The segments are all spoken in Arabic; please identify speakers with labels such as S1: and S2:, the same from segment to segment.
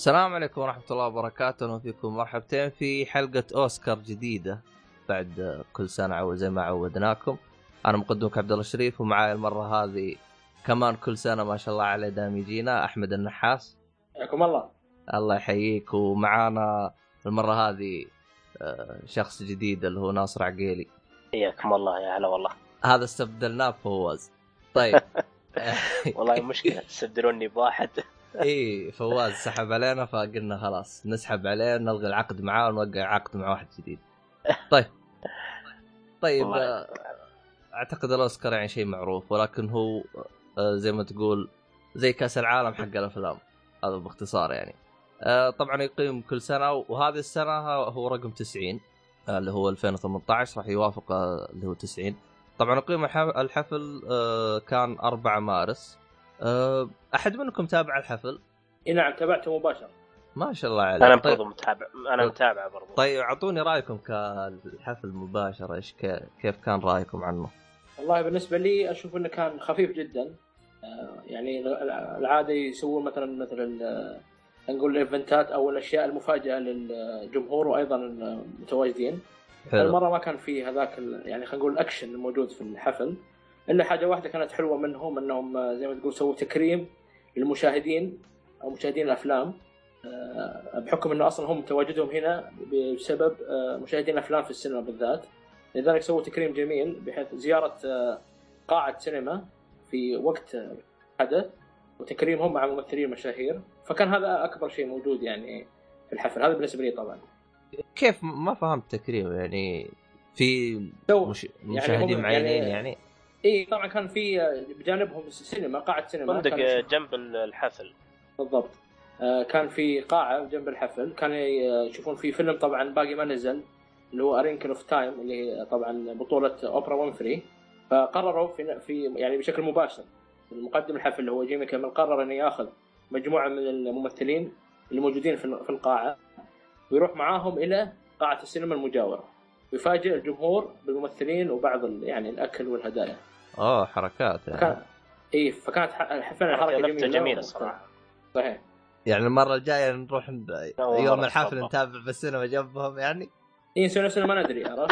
S1: السلام عليكم ورحمة الله وبركاته، وفيكم مرحبتين في حلقة أوسكار جديدة بعد كل سنة وزي ما عودناكم. أنا مقدمك عبد الله الشريف، ومعاي المرة هذه كمان كل سنة ما شاء الله عليه دام يجينا أحمد النحاس.
S2: حياكم الله.
S1: الله يحييك. ومعانا المرة هذه شخص جديد اللي هو ناصر عقيلي.
S3: حياكم الله. يا هلا والله.
S1: هذا استبدلناه بفواز. طيب.
S3: والله مشكلة تستبدلوني بواحد.
S1: ايه فواز سحب علينا فقلنا خلاص نسحب عليه، نلغي العقد معاه ونوقع عقد مع واحد جديد. طيب اعتقد الاوسكار يعني شيء معروف، ولكن هو زي ما تقول زي كاس العالم حق الافلام، هذا باختصار يعني. طبعا يقيم كل سنه، وهذه السنه هو رقم 90 اللي هو 2018 راح يوافق اللي هو 90. طبعا يقيم الحفل كان 4 مارس. أحد منكم تابع الحفل؟
S2: إيه نعم تابعته مباشرة.
S1: ما شاء الله عليك.
S3: أنا برضو متابع. أنا متابع برضو.
S1: طيب أعطوني رأيكم كالحفل مباشرة، إيش كيف كان رأيكم عنه؟
S2: والله بالنسبة لي أشوف إنه كان خفيف جدا. يعني العادة يسوون مثلا نقول الإيفنتات أو الأشياء المفاجئة للجمهور وأيضا المتواجدين. المرة ما كان فيه هذاك يعني خلينا نقول الأكشن الموجود في الحفل، إلا حاجة واحدة كانت حلوة منهم أنهم زي ما تقول سووا تكريم للمشاهدين أو مشاهدين الأفلام، بحكم أنه أصلا هم تواجدهم هنا بسبب مشاهدين الأفلام في السينما بالذات. لذلك سووا تكريم جميل بحيث زيارة قاعة سينما في وقت حدث وتكريمهم مع ممثلين مشاهير، فكان هذا أكبر شيء موجود يعني في الحفل. هذا بالنسبة لي طبعا.
S1: كيف ما فهمت تكريم يعني في مشاهدين يعني معينين يعني؟
S2: اي طبعا كان في بجانبهم السينما قاعة سينما
S3: عندك جنب الحفل بالضبط.
S2: كان في قاعة جنب الحفل كانوا يشوفون في فيلم طبعا باقي ما نزل اللي هو أرينكل اوف تايم، اللي طبعا بطولة أوبرا وينفري. فقرروا في يعني بشكل مباشر المقدم الحفل اللي هو جيمي كيمل قرر انه ياخذ مجموعة من الممثلين اللي موجودين في القاعة ويروح معاهم إلى قاعة السينما المجاورة ويفاجئ الجمهور بالممثلين وبعض يعني الأكل والهدايا.
S1: حركات يعني.
S2: فكانت فعلا حركة
S3: جميلة الصراحة.
S2: صحيح.
S1: يعني المرة الجاية نروح يوم الحفل نتابع بالسينما جنبهم يعني.
S2: نسوي نفسنا ما ندري عرفت.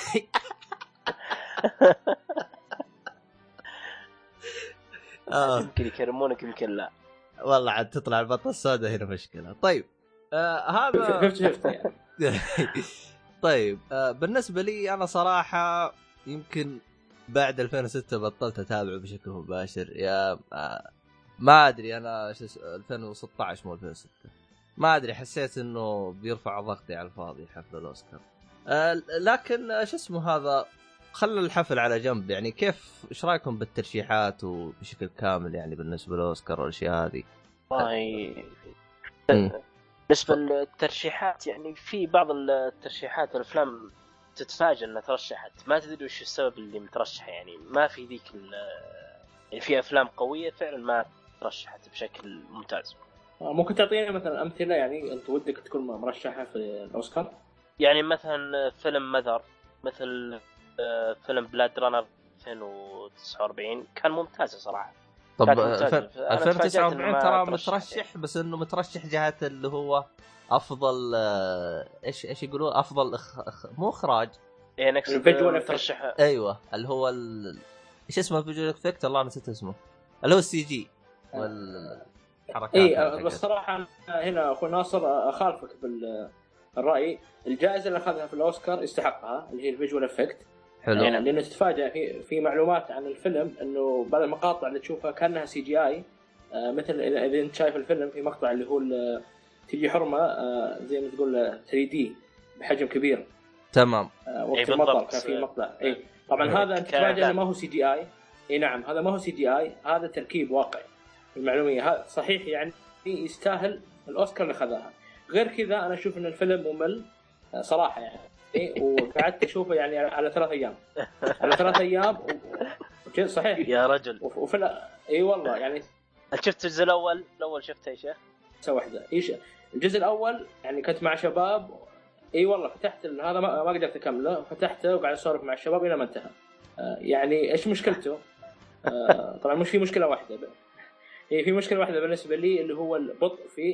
S3: يمكن يكرمونك يمكن لا.
S1: والله عاد تطلع البطة السوداء هنا مشكلة. طيب هذا
S2: شفت يعني.
S1: طيب بالنسبة لي أنا صراحة يمكن بعد 2006 بطلت أتابع بشكل مباشر. يا ما أدري أنا 2016 مو 2006 ما أدري، حسيت إنه بيرفع ضغطي على الفاضي حفل الأوسكار. لكن شو اسمه هذا خلى الحفل على جنب يعني. كيف إيش رأيكم بالترشيحات وبشكل كامل يعني بالنسبة للأوسكار والأشياء هذه؟
S3: بالنسبة للترشيحات يعني في بعض الترشيحات الأفلام تتفاجئ أنها ترشحت ما تدري وش السبب اللي مترشحة يعني. ما في ذيك يعني في أفلام قوية فعلا ما ترشحت بشكل ممتاز.
S2: ممكن تعطينا مثلا أمثلة يعني أنت ودك تكون مرشحة في الأوسكار؟
S3: يعني مثلا فيلم مذر، مثل فيلم بلاد رانر 2049 كان ممتاز صراحة.
S1: طب 2049 ترى مترشح بس انه مترشح جهة اللي هو افضل ايش يقولون افضل مو اخراج
S3: ايه نقصد مترشح.
S1: ايوه اللي هو ايش اسمه الفيجوال افكت، الله نسيت اسمه، اللي هو السي جي والحركات.
S2: اي بالصراحة هنا اخو ناصر اخالفك بالرأي. الجائزة اللي اخذها في الاوسكار يستحقها اللي هي الفيجوال افكت.
S1: حلو.
S2: يعني لأنه تتفاجأ في معلومات عن الفيلم إنه بعض المقاطع اللي تشوفها كأنها CGI. مثل إذا أنت شايف الفيلم في مقطع اللي هو تيجي حرمة زي ما تقول 3D بحجم كبير.
S1: تمام.
S2: وقت المطر كان في مقطع. طبعا هذا أنت تتفاجأ ما هو CGI. نعم هذا ما هو CGI، هذا تركيب واقعي. المعلومية هذا صحيح يعني يستاهل الأوسكار اللي خذاها. غير كذا أنا أشوف إن الفيلم ممل صراحة يعني. وقعدت أشوفه يعني على 3 أيام. على 3 أيام صحيح
S3: يا رجل.
S2: وفي والله يعني.
S3: شفت الجزء الأول شفته يا شيخ؟
S2: واحدة الجزء الأول يعني كنت مع شباب. والله فتحت هذا ما قدرت أكمله، فتحته وقاعد أسولف مع الشباب إلى ما انتهى. يعني إيش مشكلته؟ طبعا مش في مشكلة واحدة في مشكلة واحدة بالنسبة لي اللي هو البطء في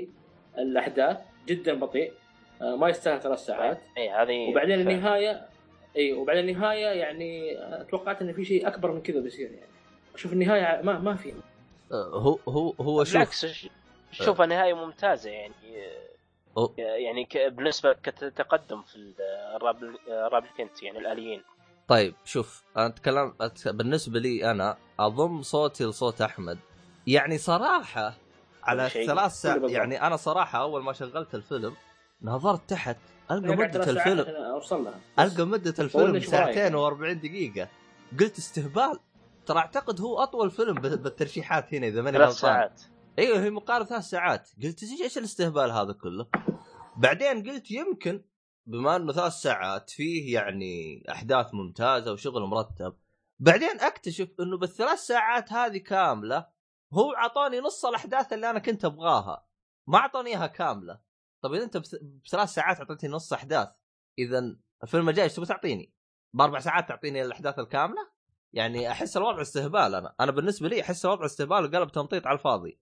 S2: الاحداث جدا بطيء، ما يستاهل 3 ساعات.
S3: هذه
S2: وبعدين النهايه وبعدين النهايه يعني توقعت ان في شيء اكبر من كذا بيصير. يعني اشوف النهايه ما في.
S1: هو
S3: بالعكس شوف النهايه ممتازه يعني. يعني بالنسبه كتقدم في الرابلكنت يعني الاليين.
S1: طيب شوف انا اتكلم بالنسبه لي انا اضم صوتي لصوت احمد. يعني صراحه على 3 ساعات يعني انا صراحه اول ما شغلت الفيلم نظرت تحت القى مده الفيلم القى مده الفيلم 2 و40 دقيقه. قلت استهبال. ترى اعتقد هو اطول فيلم بالترشيحات هنا اذا ماني غلطان. ايوه هي مقارنه 3 ساعات. قلت ايش الاستهبال هذا كله. بعدين قلت يمكن بما انه 3 ساعات فيه يعني احداث ممتازه وشغل مرتب. بعدين اكتشف انه بال3 ساعات هذه كامله هو عطاني نص الاحداث اللي انا كنت ابغاها، ما عطاني اياها كامله. طب اذا انت ب3 ساعات اعطيتني نص احداث، اذا الفيلم الجاي ايش تبغى تعطيني؟ ب4 ساعات تعطيني الاحداث الكامله؟ يعني احس الوضع استهبال. انا بالنسبه لي احس الوضع استهبال وقلب تمطيط على الفاضي.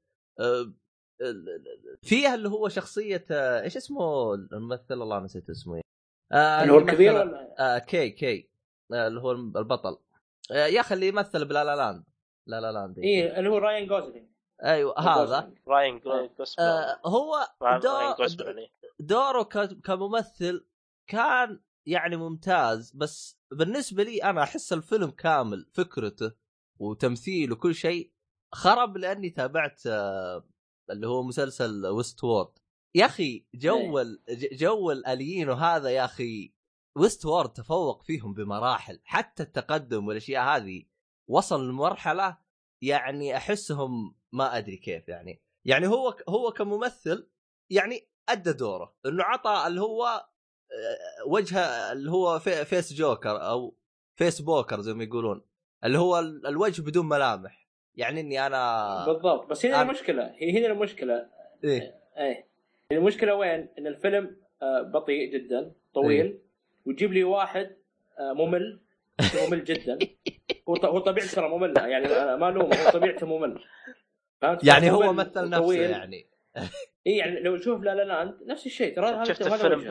S1: فيها اللي هو شخصيه ايش اسمه الممثل، الله نسيت اسمه.
S2: اللي هو الكبير ولا
S1: كي اللي هو البطل. يا اخي اللي يمثل بلا لا لاند. لا لا لاند
S2: ايه اللي هو راين جوزلينج.
S1: ايوه هذا
S3: راين جوزلينج.
S1: هو دوره كممثل كان يعني ممتاز. بس بالنسبه لي انا احس الفيلم كامل فكرته وتمثيله وكل شيء خرب لاني تابعت اللي هو مسلسل ويست وورد. يا اخي جو الاليين وهذا يا اخي ويست وورد تفوق فيهم بمراحل. حتى التقدم والاشياء هذه وصل لمرحله يعني احسهم ما ادري كيف. يعني هو كممثل يعني ادى دوره انه عطى اللي هو وجهه اللي هو فيس جوكر او فيس بوكر زي ما يقولون، اللي هو الوجه بدون ملامح. يعني اني انا
S2: بالضبط. بس هنا المشكله هنا المشكله ايه المشكله وين؟ ان الفيلم بطيء جدا طويل ويجيب لي واحد ممل جدا. هو طبيعته ترى ممل يعني ما لومه، هو طبيعته ممل.
S1: يعني هو مثل نفسه يعني
S2: يعني لو تشوف لا لاند نفس الشيء ترى.
S3: شفت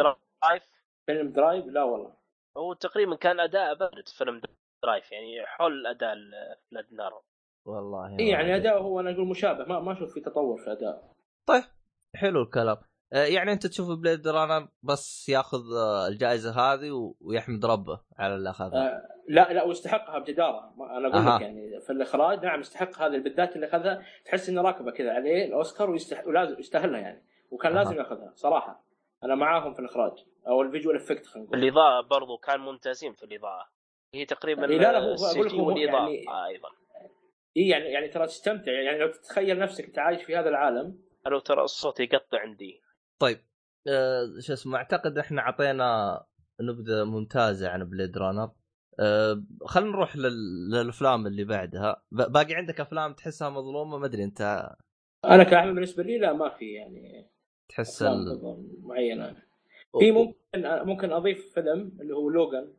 S3: فيلم
S2: درايف؟ لا والله
S3: هو تقريبا كان اداء بارد فيلم درايف يعني حول اداء لادنارو
S1: والله.
S2: يعني اداء هو انا اقول مشابه، ما اشوف في تطور في اداء.
S1: طيب حلو الكلام. يعني انت تشوف بليد رانر بس ياخذ الجائزه هذه ويحمد ربه على اللي اخذها.
S2: لا واستحقها بجداره. انا اقول لك يعني في الاخراج نعم استحق هذه بالذات اللي اخذها. تحس انه راكبه كذا عليه الاوسكار ولازم يستاهلها يعني، وكان لازم ياخذها صراحه. انا معاهم في الاخراج او الفيجوال افكت. خلينا نقول
S3: الاضاءه برضو كان ممتازين في الاضاءه. هي تقريبا
S2: لا هو اقول لكم
S3: والاضاءه
S2: يعني
S3: ايضا
S2: يعني ترى تستمتع. يعني لو تتخيل نفسك انت عايش في هذا العالم.
S3: لو ترى الصوت يقطع عندي.
S1: طيب شو اسمه، اعتقد احنا عطينا نبذه ممتازه عن بليد رانر. خلينا نروح للافلام اللي بعدها. باقي عندك افلام تحسها مظلومه؟ ما ادري انت.
S2: انا كاحمد بالنسبه لي لا ما في يعني
S1: تحس
S2: معينه. في ممكن اضيف فيلم اللي هو لوغان.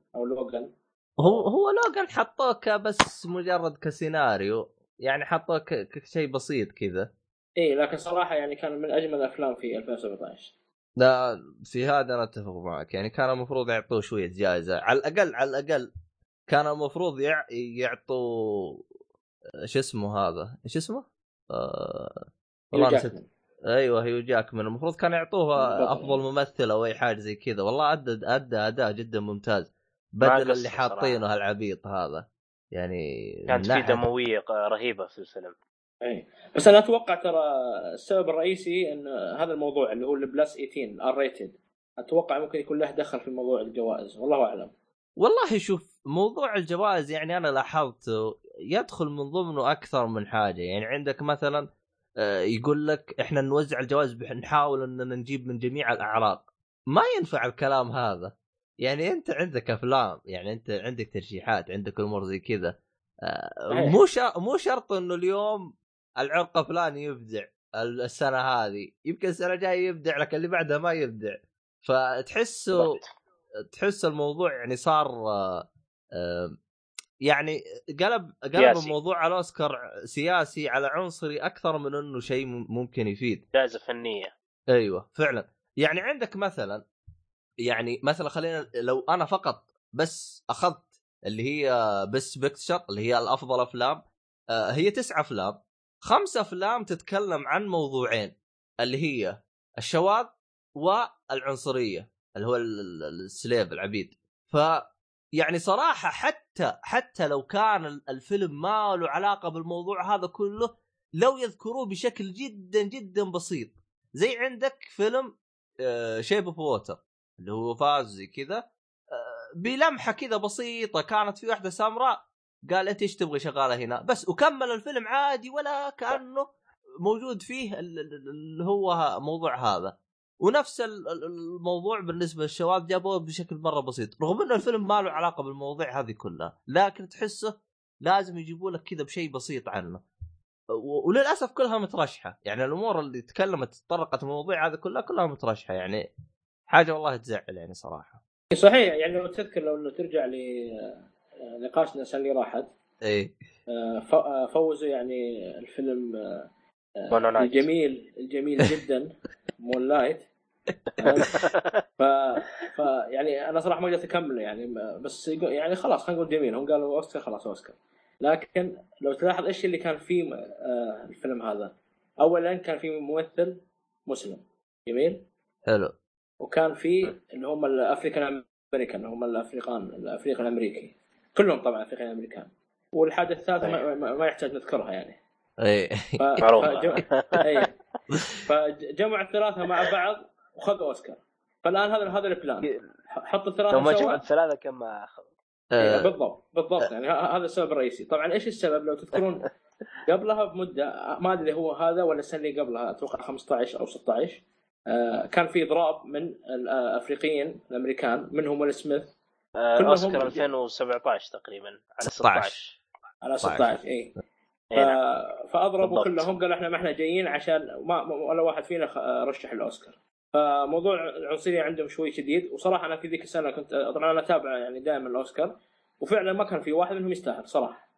S1: هو لوغان حطوه بس مجرد كسيناريو يعني، حطوه كشيء بسيط كذا.
S2: لكن صراحه يعني كان من اجمل الافلام في 2017.
S1: لا في هذا انا اتفق معك. يعني كان المفروض يعطوه شويه جائزه على الاقل كان المفروض يعطوا شو اسمه هذا ايش اسمه والله نسيت. ايوه هيو جاكمان. المفروض كان يعطوه افضل ممثل او اي حاجه زي كذا. والله ادى اداء جدا ممتاز بدل اللي حاطينه هالعبيط هذا. يعني
S3: كانت في دمويه رهيبه في الفيلم.
S2: بس انا اتوقع ترى السبب الرئيسي ان هذا الموضوع اللي هو البلاس 18 ار ريتد. اتوقع ممكن يكون له دخل في موضوع الجوائز، والله اعلم.
S1: والله شوف موضوع الجوائز يعني انا لاحظت يدخل من ضمنه اكثر من حاجه. يعني عندك مثلا يقول لك احنا نوزع الجوائز نحاول اننا نجيب من جميع الاعراق. ما ينفع الكلام هذا. يعني انت عندك افلام، يعني انت عندك ترشيحات، عندك امور زي كذا. مو شرط انه اليوم العرق فلان يبدع السنه هذه، يمكن السنه الجايه يبدع لكن اللي بعدها ما يبدع. تحس الموضوع يعني صار يعني قلب الموضوع على الأوسكار سياسي على عنصري أكثر من أنه شيء ممكن يفيد.
S3: جائزة فنية.
S1: ايوه فعلا. يعني عندك مثلا، يعني مثلا خلينا لو انا فقط بس اخذت اللي هي بس بيكتشر اللي هي الافضل افلام، هي 9 افلام، 5 افلام تتكلم عن موضوعين اللي هي الشواذ والعنصريه اللي هو السليف العبيد. ف يعني صراحه حتى لو كان الفيلم ما له علاقه بالموضوع هذا كله، لو يذكروه بشكل جدا جدا بسيط، زي عندك فيلم شيب اوف ووتر اللي هو فاز زي كذا بلمحه كذا بسيطه، كانت في واحده سمراء قالت ايش تبغي شغاله هنا بس، وكمل الفيلم عادي ولا كانه موجود فيه اللي هو موضوع هذا. ونفس الموضوع بالنسبه للشواذ جابوه بشكل مره بسيط، رغم انه الفيلم ما له علاقه بالمواضيع هذه كلها، لكن تحسه لازم يجيبوا لك كذا بشيء بسيط عنه. وللاسف كلها مترشحه، يعني الامور اللي تكلمت تطرقت المواضيع هذه كلها مترشحه، يعني حاجه والله تزعل يعني صراحه.
S2: صحيح. يعني لو تذكر، لو ترجع لنقاشنا السنه اللي راحت،
S1: ايه
S2: فوزوا يعني الفيلم الجميل جدا مون لايت. ف يعني انا صراحه ما قدرت اكمله يعني، بس يعني خلاص خلينا نقول جميل، هم قالوا اوسكار خلاص اوسكار. لكن لو تلاحظ ايش اللي كان فيه الفيلم هذا، اولا كان فيه ممثل مسلم جميل
S1: حلو،
S2: وكان فيه اللي هم الافريكان امريكان، هم الافريقي الامريكي كلهم طبعا افريقيين امريكان. والحاجه الثالثه ما يحتاج نذكرها يعني.
S1: ايه
S2: فجمع الثلاثه مع بعض وخذ اوسكار. فالان هذا البلان، حط الثلاثه
S3: لو ما جمع الثلاثه كم ما اخذ.
S2: بالضبط يعني هذا السبب الرئيسي. طبعا ايش السبب؟ لو تذكرون قبلها بمده، ما ادري هو هذا ولا السنه اللي قبلها، اتوقع 15 او 16، كان في ضراب من الافريقيين الامريكان، منهم ويل سميث.
S3: اوسكار 2017 تقريبا على 16
S2: اي. فاضربوا كلهم، قالوا احنا ما احنا جايين عشان ما ولا واحد فينا رشح الاوسكار. فموضوع العنصريه عندهم شوي شديد. وصراحه انا في ذيك السنه كنت طبعا انا اتابع يعني دائما الاوسكار، وفعلا ما كان في واحد منهم يستاهل صراحه.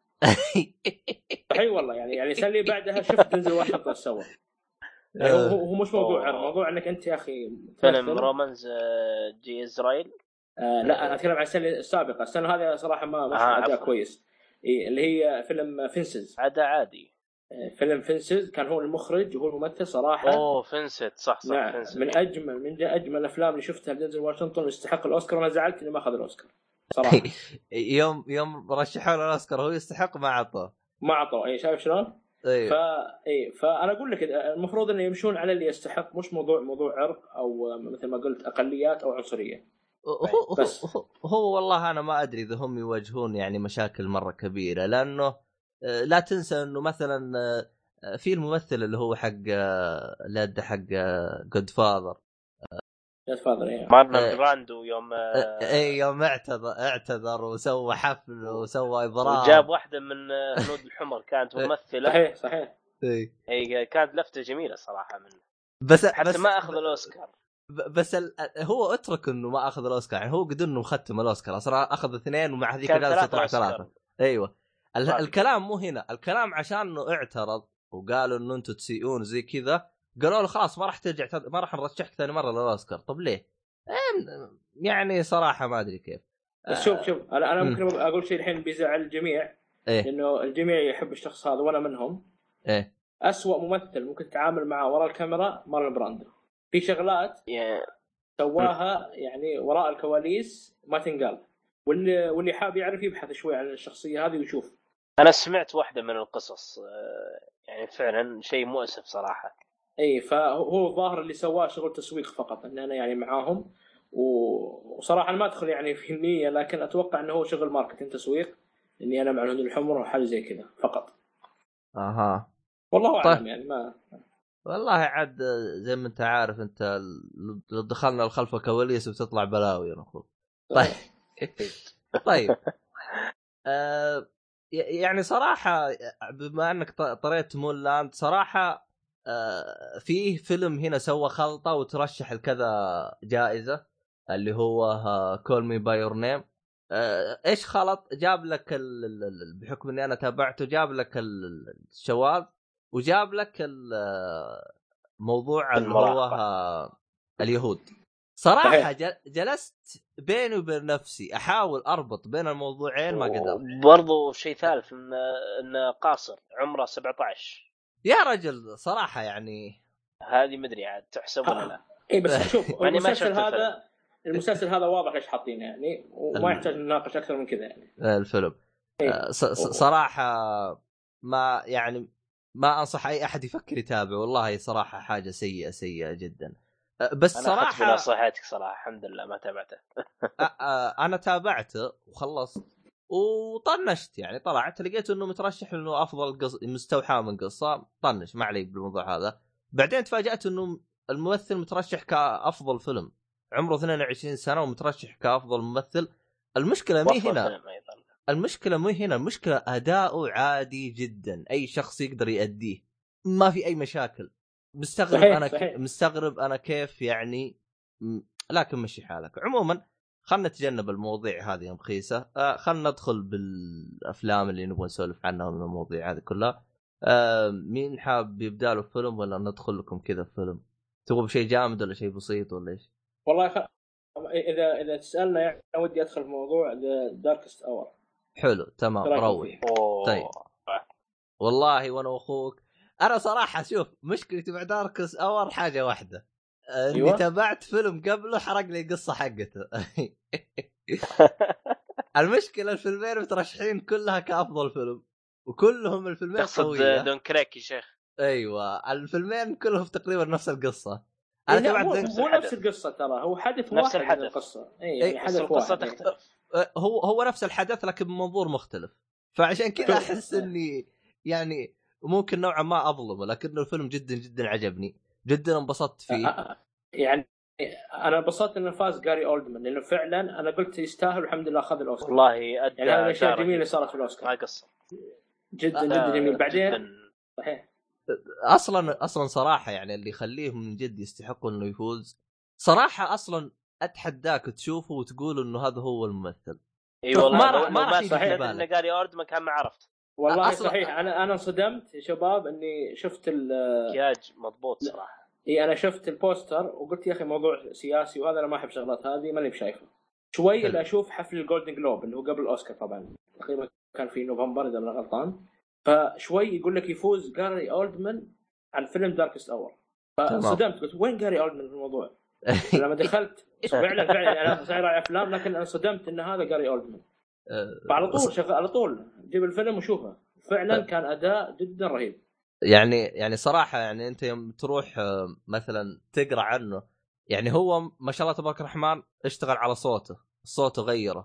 S2: صحيح والله. يعني السنه اللي بعدها شفت دنزل واشنطن سوى. يعني هو مش موضوع موضوع انك انت يا اخي
S3: فيلم رومانز جي اسرائيل.
S2: لا انا اتكلم عن السنه السابقه. السنه هذه صراحه ما اداء كويس. اللي هي فيلم فينسز.
S3: عادي
S2: فيلم فينسز كان هو المخرج وهو الممثل صراحه.
S3: فينسز صح
S2: نعم.
S3: فينسز
S2: من اجمل الافلام اللي شفتها لدنزل واشنطن، يستحق الاوسكار. وانا زعلت انه ما اخذ الاوسكار صراحه.
S1: يوم رشحوا له الاوسكار هو يستحق ما عطوه.
S2: اي شايف شلون؟
S1: أيوه.
S2: فانا اقول لك المفروض انه يمشون على اللي يستحق، مش موضوع عرق او مثل ما قلت اقليات او عنصريه.
S1: بس هو والله انا ما ادري اذا هم يواجهون يعني مشاكل مره كبيره، لانه لا تنسى انه مثلا في الممثل اللي هو حق لاد حق جود فاذر
S3: مارلون براندو،
S1: يوم اعتذر وسوى حفل وسوى اضراب
S3: وجاب واحده من هنود الحمر كانت ممثله.
S2: صحيح
S3: هي كانت لفته جميله صراحه منه،
S1: بس
S3: حتى ما اخذ الاوسكار.
S1: بس هو اترك انه ما اخذ الاوسكار، يعني هو قد انه مختم الاوسكار اصلا، اخذ 2 ومع هذيك جالس يطلع 3. ايوه الكلام مو هنا، الكلام عشان انه اعترض وقالوا انه انتم تسيئون زي كذا، قالوا له خلاص ما راح ترجع ما راح نرشحك ثاني مره للاوسكار. طب ليه؟ يعني صراحه ما ادري كيف.
S2: بس شوف انا ممكن اقول شيء الحين بيزعل الجميع، لانه الجميع يحب الشخص هذا وانا منهم. أسوأ ممثل ممكن تتعامل معه وراء الكاميرا مارلون براندو. في شغلات سواها يعني وراء الكواليس ما تنقال، واللي حاب يعرف يبحث شوي عن الشخصية هذه ويشوف.
S3: أنا سمعت واحدة من القصص، يعني فعلا شيء مؤسف صراحة.
S2: فهو الظاهر اللي سواه شغل تسويق فقط، ان انا يعني معاهم. وصراحة أنا ما أدخل يعني في النية، لكن أتوقع أنه هو شغل ماركتينج تسويق، إني أنا مع الهنود الحمر وحاجة زي كذا فقط. والله أعلم يعني ما.
S1: والله عاد زي ما أنت عارف، أنت لو دخلنا الخلف كواليس بتطلع بلاوي نقول. طيب يعني صراحة بما أنك طريت مولاند صراحة، فيه فيلم هنا سوى خلطة وترشح الكذا جائزة اللي هو Call Me By Your Name. ايش خلط؟ جاب لك بحكم اني انا تابعته، جاب لك الشواذ وجاب لك موضوع اللي هو اليهود صراحة. جلست بيني وبين نفسي أحاول أربط بين الموضوعين ما قدرت.
S3: برضو شيء ثالث إن قاصر عمره 17
S1: يا رجل صراحة يعني
S3: هذه مدري عاد تحسب ولا لا.
S2: اي بس شوف
S3: يعني
S2: المسلسل هذا واضح ايش حاطينه يعني وما يحتاج نناقش اكثر من كذا يعني.
S1: الفيلم صراحة ما يعني ما أنصح أي أحد يفكر يتابع والله صراحة حاجة سيئة جدا. بس
S3: أنا
S1: صراحة
S3: أنا نصيحتك صراحة الحمد لله ما تابعته.
S1: أنا تابعته وخلصت وطنشت يعني طلعت لقيت إنه مترشح إنه أفضل مستوحى من قصة طنش ما علي بالموضوع هذا. بعدين تفاجأت إنه الممثل مترشح كأفضل فيلم عمره 22 سنة ومترشح كأفضل ممثل. المشكلة مي هنا المشكلة أداؤه عادي جدا أي شخص يقدر يأديه ما في أي مشاكل. مستغرب أنا كيف يعني لكن مشي حالك. عموما خلنا نتجنب المواضيع هذه رخيصة. خلنا ندخل بالأفلام اللي نبغى نسولف عنها من المواضيع هذه كلها. مين حاب يبدأ له فيلم ولا ندخل لكم كذا فيلم؟ تبغوا بشيء جامد ولا شيء بسيط ولا إيش؟
S2: والله إذا تسألنا يعني ودي أدخل في موضوع The Darkest Hour.
S1: حلو تمام روح. طيب والله وانا واخوك انا صراحه شوف مشكلتي مع داركس اور حاجه واحده اني تابعت فيلم قبله حرق لي القصه حقته. المشكله الفيلمين مترشحين كلها كافضل فيلم وكلهم الفيلمين قويه.
S3: دون كريك يا شيخ.
S1: ايوه الفيلمين كلهم تقريبا نفس القصه.
S2: انا تابعت هو نفس القصه ترى هو حدث
S3: نفس
S2: واحد من القصه يعني حدث
S3: القصه تختلف.
S1: هو نفس الحدث لكن بمنظور مختلف فعشان كذا احس اني يعني ممكن نوعا ما اظلمه لكن الفيلم جدا جدا عجبني جدا انبسطت فيه.
S2: يعني انا انبسطت انه فاز جاري اولدمان لانه فعلا انا قلت يستاهل والحمد لله اخذ الاوسكار.
S3: والله ادى
S2: يعني الاشياء الجميله اللي صارت في الاوسكار
S3: ما قصر
S2: جدا جدا جميل. بعدين صحيح
S1: اصلا صراحه يعني اللي يخليه من جد يستحقوا انه يفوز صراحه. اصلا اتحداك تشوفه وتقول انه هذا هو الممثل.
S3: اي والله
S1: ما راح
S3: صحيح ان جاري اولدمان كان ما عرفت
S2: والله صحيح. انا انصدمت يا شباب اني شفت
S3: الكياج مضبوط صراحه.
S2: اي انا شفت البوستر وقلت يا اخي موضوع سياسي وهذا انا ما احب شغلات هذه ماني بشايفه شوي. اللي اشوف حفل الجولدن جلوب اللي هو قبل الاوسكار طبعا تقريبا كان في نوفمبر اذا انا غلطان فشوي يقول لك يفوز جاري اولدمان عن فيلم داركست اور فصدمت قلت وين جاري اولدمان في الموضوع. لما دخلت فعلا انا صاير على افلام لكن انا صدمت ان هذا جاري اولدمان. على طول شغل على طول جيب الفيلم وشوفه فعلا كان اداء جدا رهيب.
S1: يعني صراحه يعني انت يوم تروح مثلا تقرا عنه يعني هو ما شاء الله تبارك الرحمن اشتغل على صوته غيره.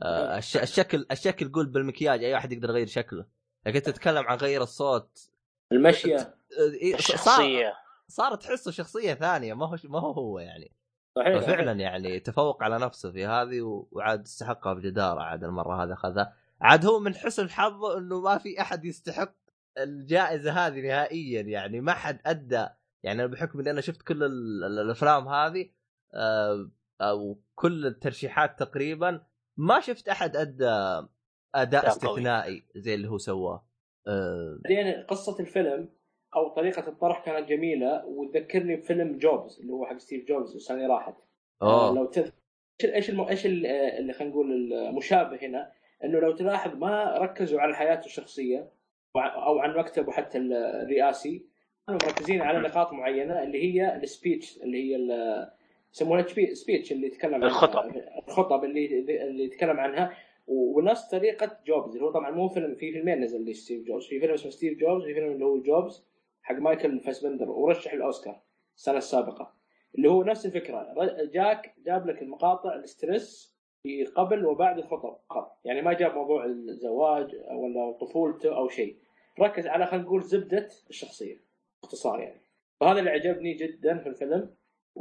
S1: الشكل يقول بالمكياج اي واحد يقدر يغير شكله لكن تتكلم عن غير الصوت
S2: المشيه
S3: الشخصيه
S1: صارت تحسه شخصيه ثانيه ما هو يعني
S2: صحيح.
S1: فعلا يعني تفوق على نفسه في هذه وعاد استحقها بجدارة. عاد المرة هذا خذها عاد هو من حسن حظه انه ما في احد يستحق الجائزة هذه نهائيا يعني ما حد ادى يعني بحكم ان انا شفت كل الافلام هذه او كل الترشيحات تقريبا ما شفت احد ادى اداء استثنائي زي اللي هو سواه.
S2: بعدين قصة الفيلم او طريقه الطرح كانت جميله وتذكرني بفيلم جوبز اللي هو حق ستيف جوبز السنه راحت. لو تذكر ايش اللي خلينا نقول المشابه هنا انه لو تلاحظ ما ركزوا على حياته الشخصيه او عن مكتبه حتى الرئاسي كانوا مركزين على نقاط معينه اللي هي السبيتش اللي هي يسمونها سبيتش اللي يتكلم عن الخطب اللي يتكلم عنها ونفس طريقه جوبز اللي هو طبعا مو فيلم في فيلمين نزل لستيف جوبز في فيلم اسمه ستيف جوبز في فيلم اللي هو جوبز حق مايكل فاسبندر ورشح الأوسكار السنة السابقة اللي هو نفس الفكرة. جاب لك المقاطع الاسترس في قبل وبعد الخطب فقط يعني ما جاب موضوع الزواج ولا طفولته أو شيء ركز على خلينا نقول زبدة الشخصية باختصار يعني. فهذا اللي عجبني جدا في الفيلم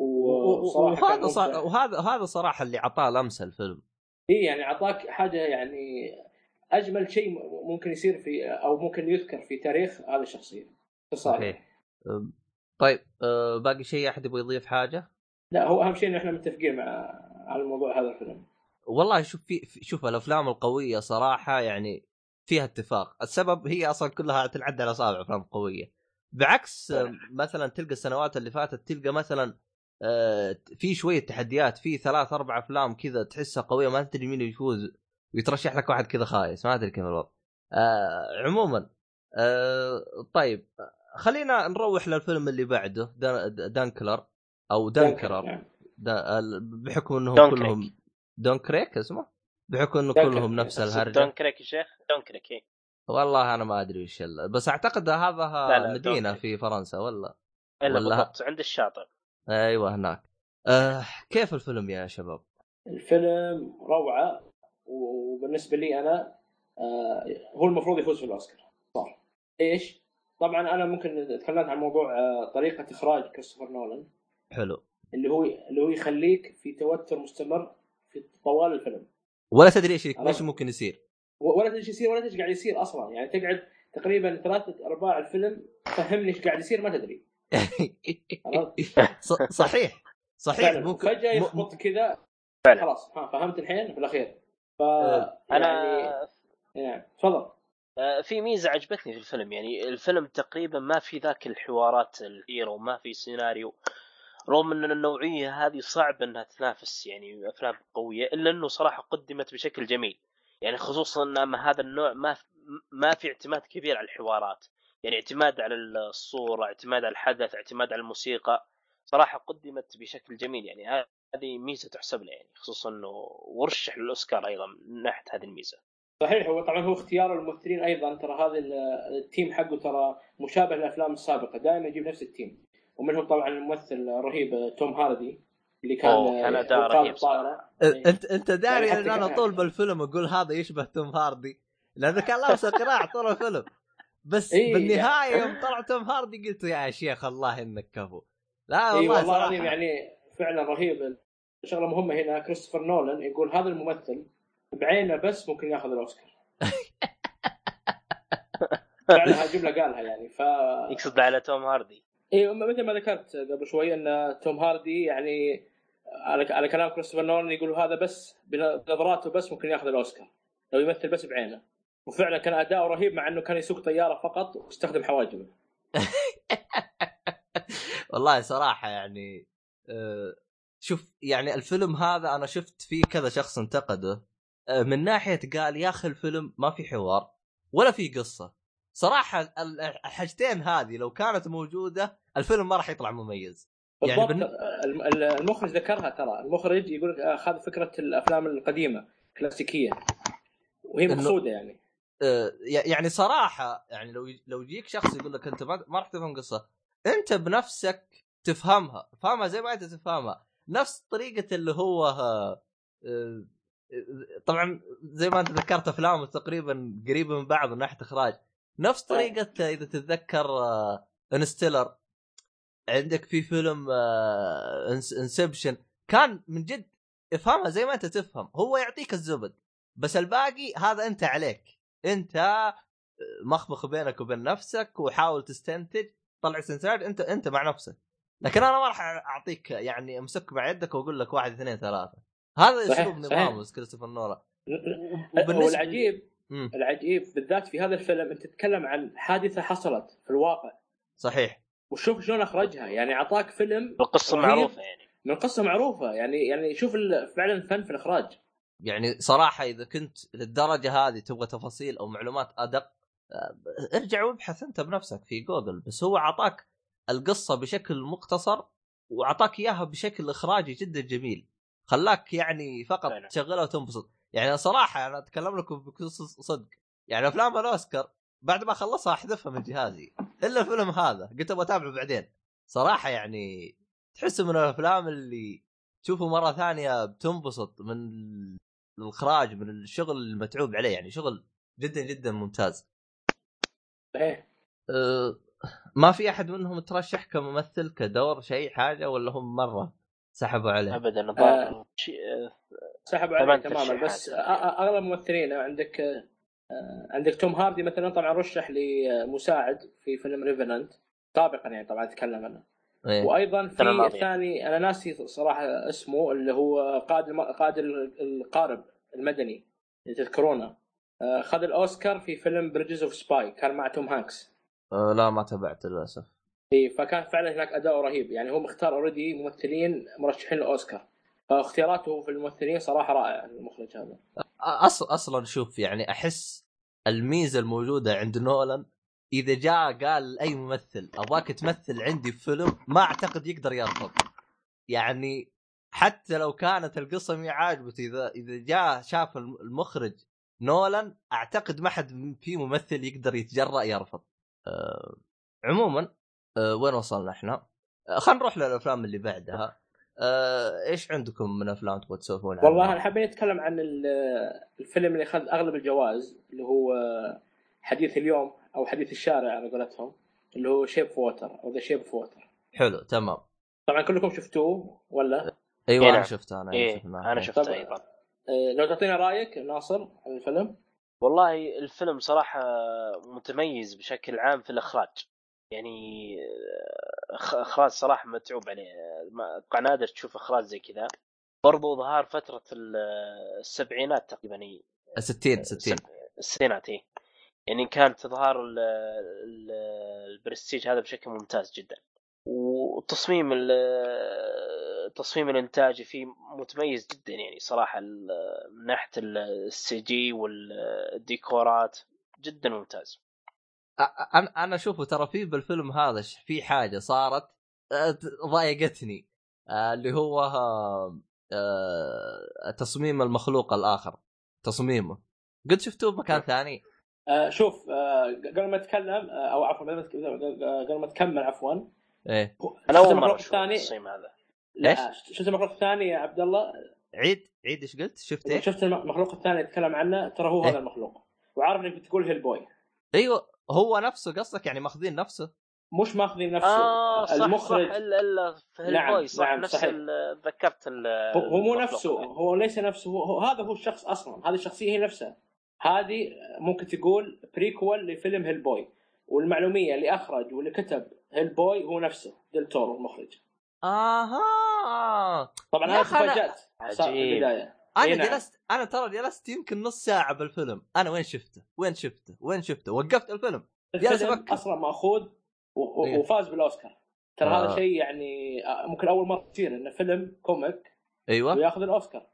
S1: وهذا صراحة اللي عطاه لمسة الفيلم.
S2: إيه يعني عطاك حاجة يعني أجمل شيء ممكن يصير في أو ممكن يذكر في تاريخ هذه الشخصية.
S1: صحيح. طيب باقي شيء أحد يبغى يضيف حاجة؟
S2: لا هو أهم شيء إن إحنا متفقين على الموضوع هذا الفيلم.
S1: والله شوف الأفلام القوية صراحة يعني فيها اتفاق. السبب هي أصلا كلها تنعد على أصابع أفلام قوية بعكس مثلا تلقى السنوات اللي فاتت تلقى مثلا في شويه تحديات، في 3-4 افلام كذا تحسها قويه ما تدري مين يفوز، ويترشح لك واحد كذا خايس ما ادري كيف الوضع. عموما طيب خلينا نروح للفيلم اللي بعده دانكلر او دانكرر. بحكم انهم كلهم دونكريك اسمه، بحكم انه كلهم نفس الهرجه.
S3: دونكريك يا شيخ، دونكريك.
S1: والله انا ما ادري وش بس اعتقد هذا مدينه في فرنسا ولا
S3: بالضبط عند الشاطئ.
S1: ايوه هناك. كيف الفيلم يا شباب؟
S2: الفيلم روعه، وبالنسبه لي انا هو المفروض يفوز في الاوسكار صح. ايش طبعا انا ممكن تكلمت عن موضوع طريقه اخراج كريستوفر نولان.
S1: حلو.
S2: اللي هو يخليك في توتر مستمر في طوال الفيلم،
S1: ولا تدري ايش ممكن يصير،
S2: ولا تدري ايش يصير، ولا ايش قاعد يصير اصلا. يعني تقعد تقريبا 3/4 الفيلم فهمني ايش قاعد يصير ما تدري.
S1: صحيح
S2: ممكن فجاه يخبط كذا خلاص فهمت الحين في الاخير.
S3: انا
S2: يعني تفضل.
S3: في ميزه عجبتني في الفيلم، يعني الفيلم تقريبا ما في ذاك الحوارات الكثيره وما في سيناريو، رغم ان النوعيه هذه صعب انها تنافس يعني افلام قويه، الا انه صراحه قدمت بشكل جميل. يعني خصوصا ان هذا النوع ما في اعتماد كبير على الحوارات، يعني اعتماد على الصوره، اعتماد على الحدث، اعتماد على الموسيقى. صراحه قدمت بشكل جميل، يعني هذه ميزه تحسب له، يعني خصوصا انه ورشح للاوسكار ايضا من ناحيه هذه الميزه.
S2: صحيح. هو طبعا هو اختيار الممثلين ايضا، ترى هذا التيم حقه ترى مشابه للافلام السابقه، دائما يجيب نفس التيم، ومنهم طبعا الممثل الرهيب توم هاردي اللي كان
S3: اداء رهيب
S2: صراحه.
S1: انت داري يعني ان انا طول بالفيلم اقول هذا يشبه توم هاردي لانه كان لابس قراع طول الفيلم، بس بالنهايه يوم طلع توم هاردي قلت يا شيخ الله انك كفو. لا والله صراحه
S2: يعني فعلا رهيب. شغله مهمه هنا كريستوفر نولان يقول هذا الممثل بعينه بس ممكن ياخذ الاوسكار. فعلا هاي جمله قالها يعني
S3: يقصد على توم هاردي.
S2: اي مثل ما ذكرت قبل شويه ان توم هاردي يعني على كلام كريستوفر نولان يقول هذا بس بنظراته بس ممكن ياخذ الاوسكار لو يمثل بس بعينه. وفعلا كان اداؤه رهيب مع انه كان يسوق طياره فقط واستخدم حواجبه.
S1: والله صراحه يعني شوف يعني الفيلم هذا انا شفت فيه كذا شخص انتقده من ناحيه قال يا اخي الفيلم ما في حوار ولا في قصه. صراحه الحاجتين هذه لو كانت موجوده الفيلم ما راح يطلع مميز.
S2: يعني المخرج ذكرها، ترى المخرج يقول اخذ فكره الافلام القديمه كلاسيكيه وهي مقصوده
S1: يعني صراحه يعني لو يجيك شخص يقول لك انت ما راح تفهم قصه، انت بنفسك تفهمها زي ما انت تفهمها، نفس طريقه اللي هو طبعا زي ما انت ذكرت افلام تقريبا قريبه من بعض من ناحيه اخراج، نفس طريقه اذا تتذكر انستيلر، عندك في فيلم انسبشن، كان من جد افهمها زي ما انت تفهم، هو يعطيك الزبد بس الباقي هذا انت عليك، انت مخبخ بينك وبين نفسك وحاول تستنتج طلع استنتاج انت مع نفسك. لكن انا ما راح اعطيك يعني امسك مع يدك واقول لك 1 2 3. هذا اسلوب نظام كريستوفر نولان.
S2: العجيب بالذات في هذا الفيلم انت تتكلم عن حادثه حصلت في الواقع.
S1: صحيح.
S2: وشوف شلون اخرجها، يعني اعطاك فيلم
S3: القصه معروفه، يعني
S2: من قصه معروفه، يعني شوف فعلا فن في الاخراج.
S1: يعني صراحه اذا كنت للدرجه هذه تبغى تفاصيل او معلومات ادق ارجع وابحث انت بنفسك في جوجل، بس هو عطاك القصه بشكل مختصر وعطاك اياها بشكل اخراجي جدا جميل، خلاك يعني فقط تشغلها وتنبسط. يعني صراحه انا اتكلم لكم بكل صدق، يعني افلام الاوسكار بعد ما خلصها احذفها من جهازي الا الفيلم هذا قلت ابغى اتابعه بعدين. صراحه يعني تحس من الافلام اللي تشوفه مره ثانيه بتنبسط من الاخراج، من الشغل المتعوب عليه، يعني شغل جدا جدا ممتاز. ما في احد منهم ترشح كممثل كدور شيء حاجه ولا هم مره سحبوا عليه؟
S3: ابدا
S2: سحبوا عليه تماما. بس اغلب الممثلين عندك توم هاردي مثلا طبعا رشح لمساعد في فيلم ريفننت سابقا، يعني طبعا اتكلم عنه. وايضا في الثاني انا ناسي صراحه اسمه اللي هو قائد القارب المدني اللي تذكرونه، خذ الاوسكار في فيلم بريدجز اوف سباي، كان مع توم هانكس.
S1: لا ما تابعت للاسف.
S2: اي فكان فعلا هناك اداء رهيب، يعني هو مختار اوريدي ممثلين مرشحين للاوسكار، فاختياراته في الممثلين صراحه رائع المخرج هذا.
S1: اصلا شوف يعني احس الميزه الموجوده عند نولان اذا جاء قال اي ممثل ابغاك تمثل عندي في فيلم ما اعتقد يقدر يرفض. يعني حتى لو كانت القصه مي عاجبته اذا جاء شاف المخرج نولان اعتقد ما حد في ممثل يقدر يتجرأ يرفض. عموما وين وصلنا احنا؟ خلينا نروح للافلام اللي بعدها. ايش عندكم من افلام تبغوا تسولفون عنها؟
S2: والله انا حابين نتكلم عن الفيلم اللي اخذ اغلب الجوائز، اللي هو حديث اليوم او حديث الشارع على قولتهم، اللي هو شيب ووتر او ذا شيب ووتر.
S1: حلو تمام.
S2: طبعا كلكم شفتوه ولا؟
S1: ايوه
S3: نعم.
S1: انا شفته.
S3: انا شفته ايضا.
S2: لو تعطينا رايك ناصر عن الفيلم.
S3: والله الفيلم صراحة متميز بشكل عام في الإخراج، يعني إخراج صراحة متعوب عليه، نادر تشوف إخراج زي كذا. برضو ظهر فترة السبعينات تقريبا،
S1: 60
S3: الستينات يعني كانت تظهر البرستيج هذا بشكل ممتاز جدا، وتصميم التصميم الانتاجي فيه متميز جدا يعني صراحة، من ناحية السي جي والديكورات جدا ممتاز.
S1: انا اشوفه ترى في بالفيلم هذا في حاجه صارت ضايقتني، اللي هو تصميم المخلوق الاخر، تصميمه قد شفتوه بمكان ثاني.
S2: شوف قبل ما اتكلم او عفوا قبل ما تكمل عفوا،
S1: ايه
S3: انا اول مره اشوف التصميم هذا.
S2: لا شفت المخلوق الثاني يا عبد الله؟
S1: عيد ايش قلت؟ شفت ايه؟
S2: شفت المخلوق الثاني يتكلم عنه، ترى هو هذا المخلوق، وعارف انك بتقول هيل بوي.
S1: ايوه هو نفسه قصدك، يعني ماخذين نفسه؟
S2: مش ماخذين نفسه.
S3: صح
S2: المخرج
S3: صح الا في هيل بوي صح.
S2: نعم
S3: نفس ذكرت
S2: هو مو نفسه، هو ليس نفسه، هذا هو الشخص اصلا، هذه الشخصيه هي نفسها. هذه ممكن تقول بريكول لفيلم هيل بوي، والمعلوميه اللي اخرج واللي كتب هيل بوي هو نفسه ديل تورو المخرج. طبعا انا تفاجأت في البدايه.
S1: انا ترى جلست يمكن نص ساعه بالفيلم، انا وين شفته وقفت الفيلم
S2: اصلا ماخوذ وفاز بالاوسكار. ترى هذا شيء يعني ممكن اول مره تصير ان فيلم كوميك
S1: ايوه
S2: وياخذ الاوسكار.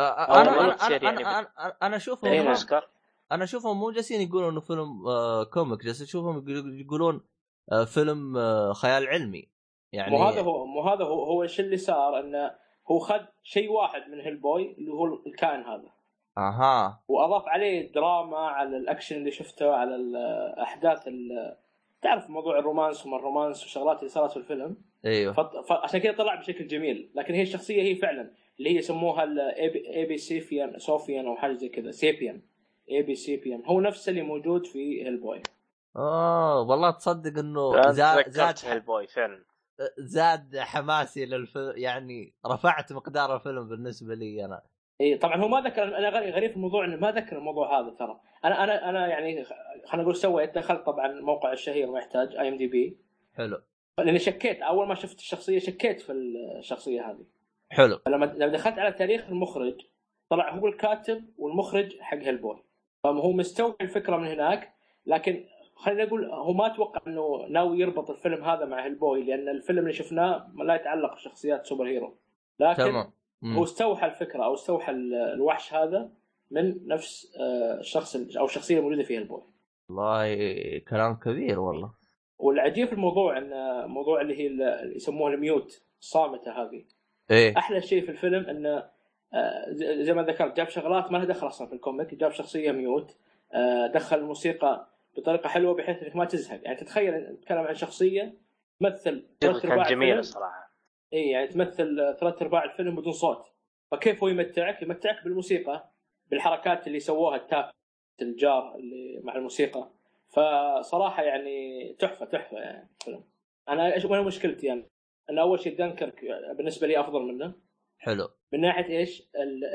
S1: انا اشوفهم انا اشوفهم مو جالسين يقولون انه فيلم كوميك، جالسين اشوفهم يقولون فيلم خيال علمي يعني.
S2: مو هذا هو ايش اللي صار، انه هو خد شيء واحد من هيل بوي اللي هو الكائن هذا، واضاف عليه دراما على الاكشن اللي شفته، على الاحداث تعرف موضوع الرومانس وما الرومانس والشغلات اللي صارت في الفيلم.
S1: ايوه
S2: عشان كذا طلع بشكل جميل. لكن هي الشخصيه هي فعلا اللي هي يسموها اي بي سوفيان او حاجه زي كذا، سيبيان، اي بي سيبيان، هو نفس اللي موجود في هيل بوي.
S1: والله تصدق انه
S3: زاد هيل بوي فعلا،
S1: زاد حماسي يعني رفعت مقدار الفيلم بالنسبه لي انا.
S2: اي طبعا هو ما ذكر، انا غريب في الموضوع انه ما ذكر الموضوع هذا. ترى انا يعني خلينا نقول سويت دخلت طبعا موقع الشهير ما يحتاج IMDb.
S1: حلو.
S2: لاني شكيت اول ما شفت الشخصيه، شكيت في الشخصيه هذه.
S1: حلو.
S2: لما دخلت على تاريخ المخرج طلع هو الكاتب والمخرج حق هيلبوي، فهو مستوعب الفكره من هناك. لكن خلينا نقول هو ما اتوقع انه ناوي يربط الفيلم هذا مع هيلبوي، لان الفيلم اللي شفناه لا يتعلق بشخصيات سوبر هيرو. لكن هو استوحى الفكره او استوحى الوحش هذا من نفس الشخص او الشخصيه الموجوده في هيلبوي.
S1: والله كلام كبير والله.
S2: والعجيب في الموضوع ان موضوع اللي هي اللي يسموها الميوت الصامته هذه،
S1: إيه؟
S2: احلى شيء في الفيلم انه زي ما ذكرت جاب شغلات ما لها دخل اصلا في الكوميك، جاب شخصيه ميوت، دخل الموسيقى بطريقه حلوه بحيث انك ما تزهق. يعني تتخيل نتكلم عن شخصيه تمثل ثلاث ارباع
S3: جميله صراحه.
S2: اي يعني تمثل ثلاث ارباع الفيلم بدون صوت، فكيف هو يمتعك بالموسيقى، بالحركات اللي سووها التاب الجار اللي مع الموسيقى. فصراحه يعني تحفه يعني فيلم. انا ايش مشكلتي يعني ان اول شيء دنكرك بالنسبه لي افضل منه.
S1: حلو.
S2: من ناحيه ايش؟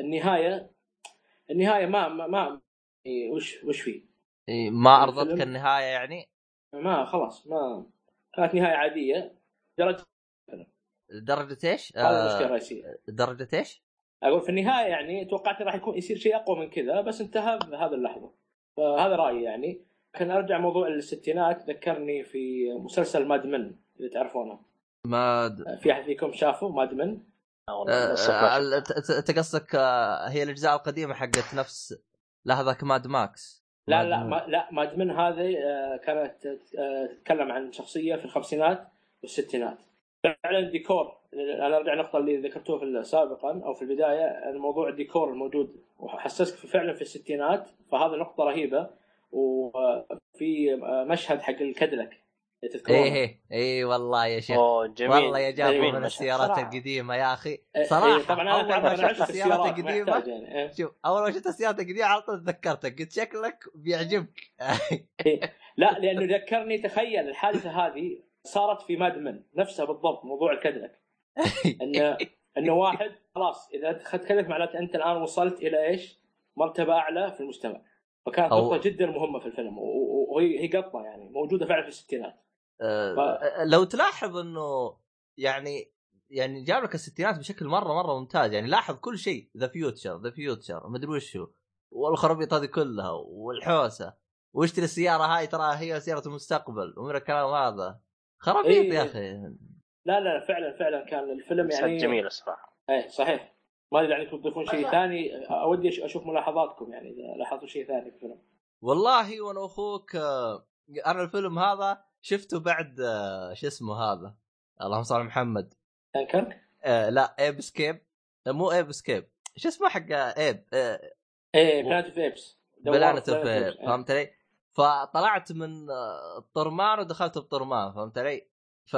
S2: النهايه ما وش فيه؟
S1: ما ارضتك النهايه يعني؟
S2: ما خلاص ما كانت نهايه عاديه.
S1: درجه ايش؟
S2: هذا المشكله الرئيسيه.
S1: درجه ايش؟
S2: اقول في النهايه يعني توقعت راح يصير شيء اقوى من كذا، بس انتهى بهذا اللحظه. فهذا رايي يعني. كان ارجع موضوع الستينات، ذكرني في مسلسل ماد من اللي تعرفونه. في احد فيكم شافه ماد من؟
S1: انت قصدك هي الاجزاء القديمه حقت نفس لحظه ماد ماكس؟
S2: لا ماد من هذه كانت تتكلم عن شخصيه في الخمسينات والستينات. فعلا الديكور، انا ارجع النقطه اللي ذكرتوها سابقا او في البدايه، الموضوع الديكور الموجود وحسسك فعلا في الستينات، فهذا نقطه رهيبه. وفي مشهد حق الكاديلاك تذكرونه؟
S1: ايه والله يا شيخ.
S3: جميل.
S1: والله يا جابوا من السيارات القديمه يا اخي صراحه.
S2: طبعا
S1: اول ما شفت السيارات القديمه
S2: يعني.
S1: شوف، اول ما شفت السيارات القديمه على طول تذكرتك، قلت شكلك بيعجبك.
S2: لا لانه ذكرني، تخيل الحادثه هذه صارت في ماد من نفسها بالضبط، موضوع الكاديلاك. انه واحد خلاص اذا اخذت كاديلاك معناته انت الان وصلت الى ايش؟ مرتبه اعلى في المجتمع. فكانت نقطه جدا مهمه في الفيلم، وهي قطه يعني موجوده فعلا في الستينات.
S1: لو تلاحظ انه يعني جاب لك الستينات بشكل مره ممتاز. يعني لاحظ كل شيء، ذا فيوتشر ما ادري وشو، والخرابيط هذه كلها والحوسه، واشتري السياره هاي ترى هي سياره المستقبل ومن الكلام هذا خرابيط يا اخي.
S2: لا فعلا كان الفيلم يعني
S3: جميل الصراحه.
S2: صحيح. ما ادري يعني تضيفون شيء ثاني، اودي اشوف ملاحظاتكم يعني اذا لاحظتوا شيء ثاني في الفيلم.
S1: والله وانا اخوك انا الفيلم هذا شفته بعد شو اسمه هذا، اللهم صل على محمد،
S2: تنكرك؟
S1: لا ايب سكيب، مو ايب سكيب، شو اسمه حق ايب
S2: بلانت اوف ايبس،
S1: بلانت اوف ايب، فهمت علي؟ فطلعت من الطرمان ودخلت بطرمان، فهمت علي؟ ف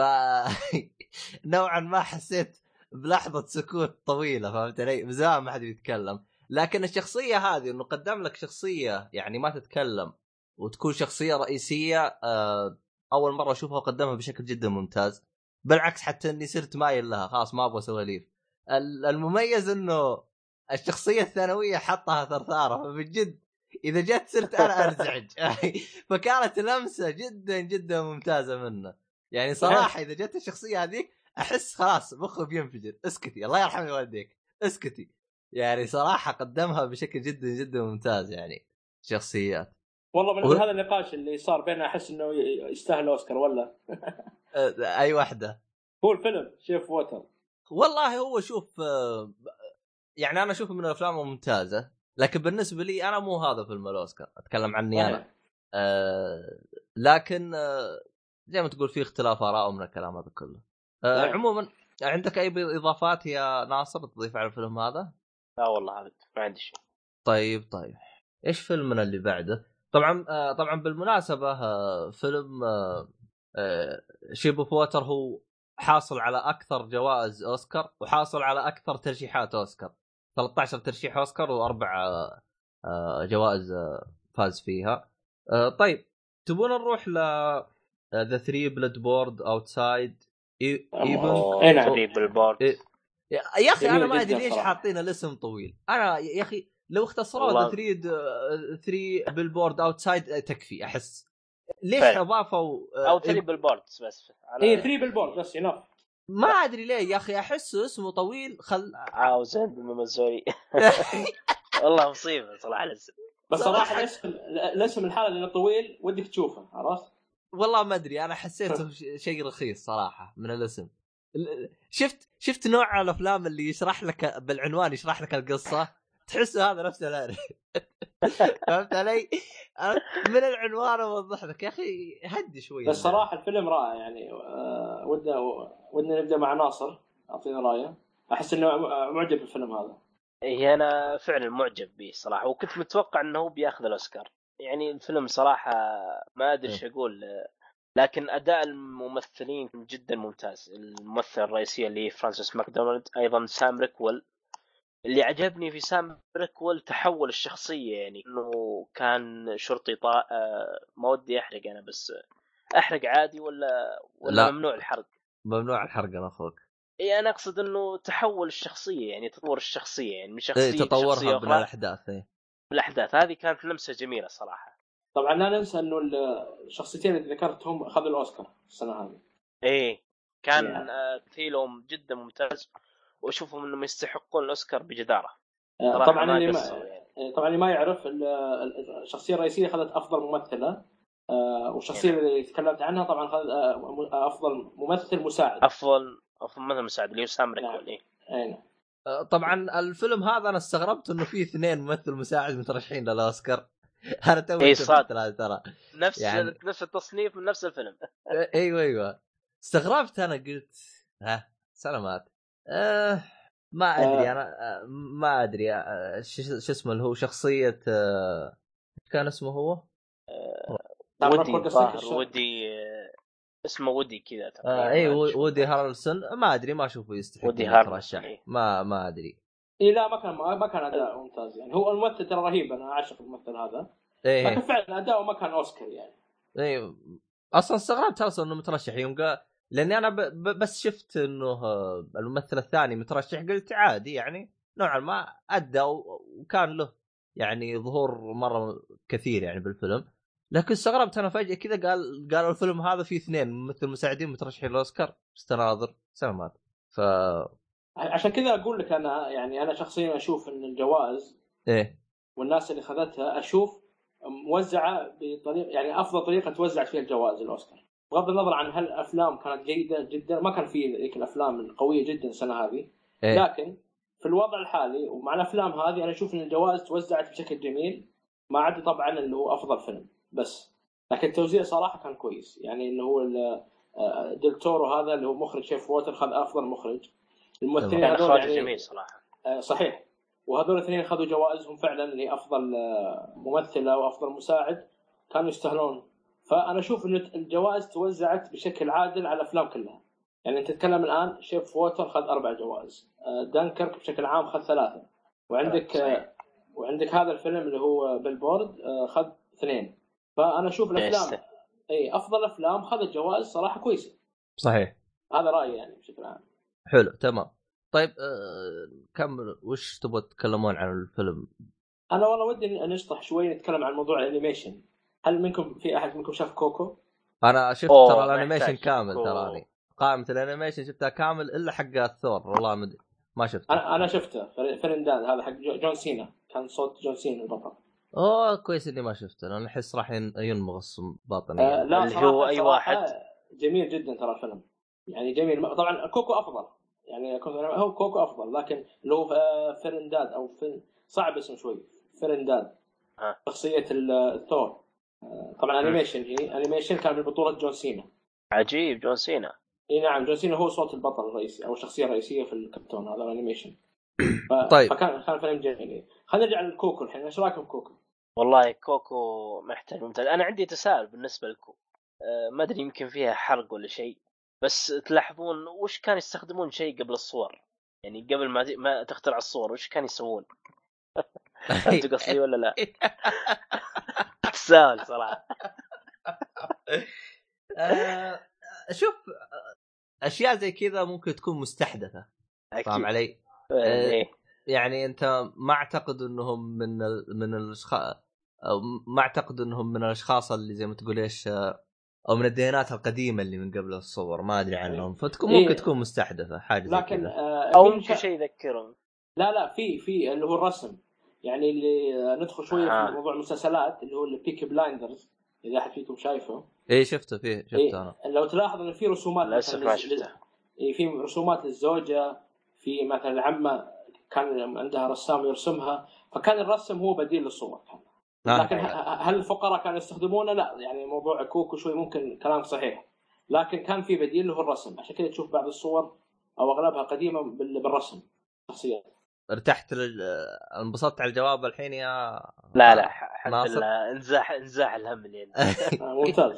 S1: نوعا ما حسيت بلحظة سكوت طويلة، فهمت علي؟ بزمان ما حد يتكلم. لكن الشخصية هذه انه قدم لك شخصية يعني ما تتكلم وتكون شخصية رئيسية، اول مرة اشوفها وقدمها بشكل جدا ممتاز. بالعكس حتى اني صرت مايل لها، خلاص ما ابغى سواليف. المميز انه الشخصية الثانوية حطها ثرثارة، فبالجد اذا جت صرت انا ارزعج. فكانت لمسة جدا ممتازة منه. يعني صراحة اذا جت الشخصية هذيك احس خلاص مخه بينفجر. اسكتي الله يرحم والديك، اسكتي. يعني صراحة قدمها بشكل جدا ممتاز يعني شخصيات.
S2: والله من هذا النقاش اللي صار بيننا احس انه يستاهل اوسكار ولا
S1: اي واحدة.
S2: هو الفيلم شيف ووتر.
S1: والله هو شوف يعني انا اشوفه من الافلام الممتازة، لكن بالنسبة لي انا مو هذا فيلم الاوسكار، اتكلم عني انا. لكن زي ما تقول في اختلاف آراء من الكلام هذا كله. عموما عندك اي اضافات يا ناصر تضيف على الفيلم هذا؟
S3: لا والله ما عندي شيء.
S1: طيب ايش فيلمنا اللي بعده؟ طبعا بالمناسبة فيلم شيب اوف ووتر هو حاصل على اكثر جوائز اوسكار وحاصل على اكثر ترشيحات اوسكار، 13 ترشيح اوسكار و4 جوائز فاز فيها. طيب تبون نروح ل ذا 3 بلاد بورد اوتسايد
S3: ايفن 3 بالبورد.
S1: يا اخي انا ما ادري ليش حاطين الاسم طويل. انا يا اخي لو اختصروه 3 بالبورد اوتسايد تكفي احس. ليش اضافوا
S3: او 3 بالبورد بس
S2: على 3 بالبورد بس ينف؟
S1: ما ادري ليه يا اخي احس اسمه طويل.
S3: عاوزين بالمزوي. والله مصيبه صراحه الاسم.
S2: بس صراحه الاسم الحاله لانه طويل ودك تشوفه، عرفت؟
S1: والله ما ادري انا حسيته شيء رخيص صراحه من الاسم. شفت نوع الافلام اللي يشرح لك بالعنوان يشرح لك القصه، تحس هذا نفسه لا. فهمت علي؟ من العنوان اوضح لك يا اخي هدي شويه.
S2: بس صراحه الفيلم رائع يعني. ودنا نبدا مع ناصر، اعطينا رايه. احس انه معجب بالفيلم هذا.
S3: هي انا فعلا معجب به صراحه، وكنت متوقع انه بياخذ الاوسكار. يعني الفيلم صراحه ما ادري ايش اقول، لكن اداء الممثلين جدا ممتاز. الممثل الرئيسي اللي فرانسيس ماكدونالد، ايضا سام ريكويل. اللي عجبني في سام ريكويل تحول الشخصيه، يعني انه كان شرطي ما ودي احرق انا، بس احرق عادي ولا
S1: لا.
S3: ممنوع الحرق؟
S1: ممنوع الحرق انا اخوك.
S3: اي انا اقصد انه تحول الشخصيه، يعني تطور الشخصيه، يعني من شخصيه
S1: تطورها بالاحداث.
S3: الاحداث هذه كانت لمسه جميله صراحه.
S2: طبعا لا ننسى انه الشخصيتين اللي ذكرتهم اخذوا الاوسكار السنه هذه.
S3: ايه كان تمثيلهم جدا ممتاز، واشوفهم انهم يستحقون الاوسكار بجداره.
S2: طبعا اللي ما يعرف، الشخصيه الرئيسيه اخذت افضل ممثله، والشخصيه اللي تكلمت عنها طبعا خذ افضل ممثل مساعد.
S3: افضل ممثل مساعد اللي هو سام ريكول.
S2: اي
S1: طبعا الفيلم هذا انا استغربت انه فيه 2 ممثل مساعد مترشحين للاوسكار. انا توي شفت ترى
S3: نفس التصنيف من نفس الفيلم.
S1: ايوه استغربت. انا قلت سلامات. ما ادري انا ما ادري شو اسمه اللي هو شخصيه كان اسمه هو
S3: ودي اسمه ودي كذا
S1: اي ودي هارلسون. ما ادري ما اشوفه يستحق يترشح. ما ادري.
S2: اي لا ما كان اداء ممتاز يعني. هو الممثل ترى رهيب، انا اعشق الممثل هذا. لكن فعلا اداؤه ما كان اوسكار يعني.
S1: اي اصلا استغربت اصلا انه مترشح يوم قال، لاني انا بس شفت انه الممثل الثاني مترشح قلت عادي يعني نوعا ما ادى وكان له يعني ظهور مره كثير يعني بالفيلم. لكن استغربت انا فجاه كذا قالوا الفيلم هذا فيه 2 ممثل مساعدين مترشحين للاوسكار. استناظر سلامات.
S2: عشان كذا اقول لك انا شخصيا اشوف ان الجوائز والناس اللي خذتها اشوف موزعه بطريقه يعني افضل طريقه توزعت فيها الجوائز الاوسكار، بغض النظر عن هل الافلام كانت جيده جدا. ما كان في ذيك الافلام القويه جدا السنه هذه لكن في الوضع الحالي ومع الافلام هذه انا اشوف ان الجوائز توزعت بشكل جميل، ما عدا طبعا اللي هو افضل فيلم بس. لكن التوزيع صراحه كان كويس يعني. اللي هو ديل تورو هذا اللي هو مخرج شيف ووتر خذ افضل مخرج. الممثلين هذول يعني
S3: جميل صراحه.
S2: صحيح. وهذول الاثنين خذوا جوائزهم فعلا اللي افضل ممثله وافضل مساعد كانوا يستاهلون. فانا اشوف ان الجوائز توزعت بشكل عادل على الافلام كلها. يعني انت تتكلم الان شيف ووتر خذ 4 جوائز، دانكرك بشكل عام خذ 3، وعندك هذا الفيلم اللي هو بالبورد خذ 2. فانا اشوف الافلام افضل افلام خذت جوائز صراحه كويسه.
S1: صحيح
S2: هذا رايي يعني بشكل عام.
S1: حلو تمام. طيب كمل. وش تبغى تتكلمون عن الفيلم؟
S2: انا والله ودي نشطح شوي نتكلم عن موضوع الانيميشن. هل منكم في احد منكم شاف كوكو؟
S1: انا شفت ترى الانيميشن كامل. تراني قائمه الانيميشن شفتها كامل الا حق الثور. والله ما شفته.
S2: انا شفته فرندان هذا حق جون سينا، كان صوت جون سينا البطل.
S1: كويس اني ما شفته لأن احس راح ينمغص باطنيا.
S2: لا اللي هو اي واحد جميل جدا ترى الفيلم يعني جميل. طبعا كوكو افضل يعني، هو كوكو افضل، لكن اللي هو فرنداد او صعب اسمه شوي فرنداد شخصيه الثور. طبعا انيميشن كان ببطوله جون سينا.
S3: عجيب جون سينا.
S2: اي نعم جون سينا هو صوت البطل الرئيسي او الشخصيه الرئيسيه في الكرتون هذا الانيميشن.
S1: طيب
S2: فكان فيلم جميل. خلينا نرجع للكوكو الحين. ايش رايكم بكوكو؟
S3: والله كوكو محتاج ممتاز. انا عندي تساؤل بالنسبه لكم، ما ادري يمكن فيها حرق ولا شيء، بس تلاحظون وش كان يستخدمون شيء قبل الصور يعني قبل ما تخترع الصور وش كان يسوون؟ انت قصدي ولا لا؟ تساؤل صراحه.
S1: شوف اشياء زي كذا ممكن تكون مستحدثه. فاهم علي؟ يعني انت ما اعتقد انهم من الاشخاص، او ما اعتقد انهم من الاشخاص اللي زي ما تقول ايش، او من الديانات القديمه اللي من قبل الصور. ما ادري عنهم. فتكون ممكن تكون مستحدثه حاجه زي
S2: لكن
S1: كذا.
S3: او يمكن شيء يذكرهم.
S2: لا في اللي هو الرسم يعني. اللي ندخل شويه في موضوع المسلسلات اللي هو البيكي بلايندرز، اذا احد فيكم شايفه.
S1: شفته انا.
S2: لو تلاحظ ان في رسومات
S3: للاسف ما شفته.
S2: في رسومات للزوجه، في مثلا العمه كان عندها رسام يرسمها، فكان الرسم هو بديل للصور. لكن هل الفقراء كانوا يستخدمونه؟ لا يعني موضوع كوكو شوي ممكن كلام صحيح، لكن كان في بديل له الرسم. عشان كذا تشوف بعض الصور او اغلبها قديمه بالرسم شخصيات.
S1: ارتحت انبسطت على الجواب الحين يا
S3: لا الحمد لله. انزاح الهم يعني.
S2: ممتاز.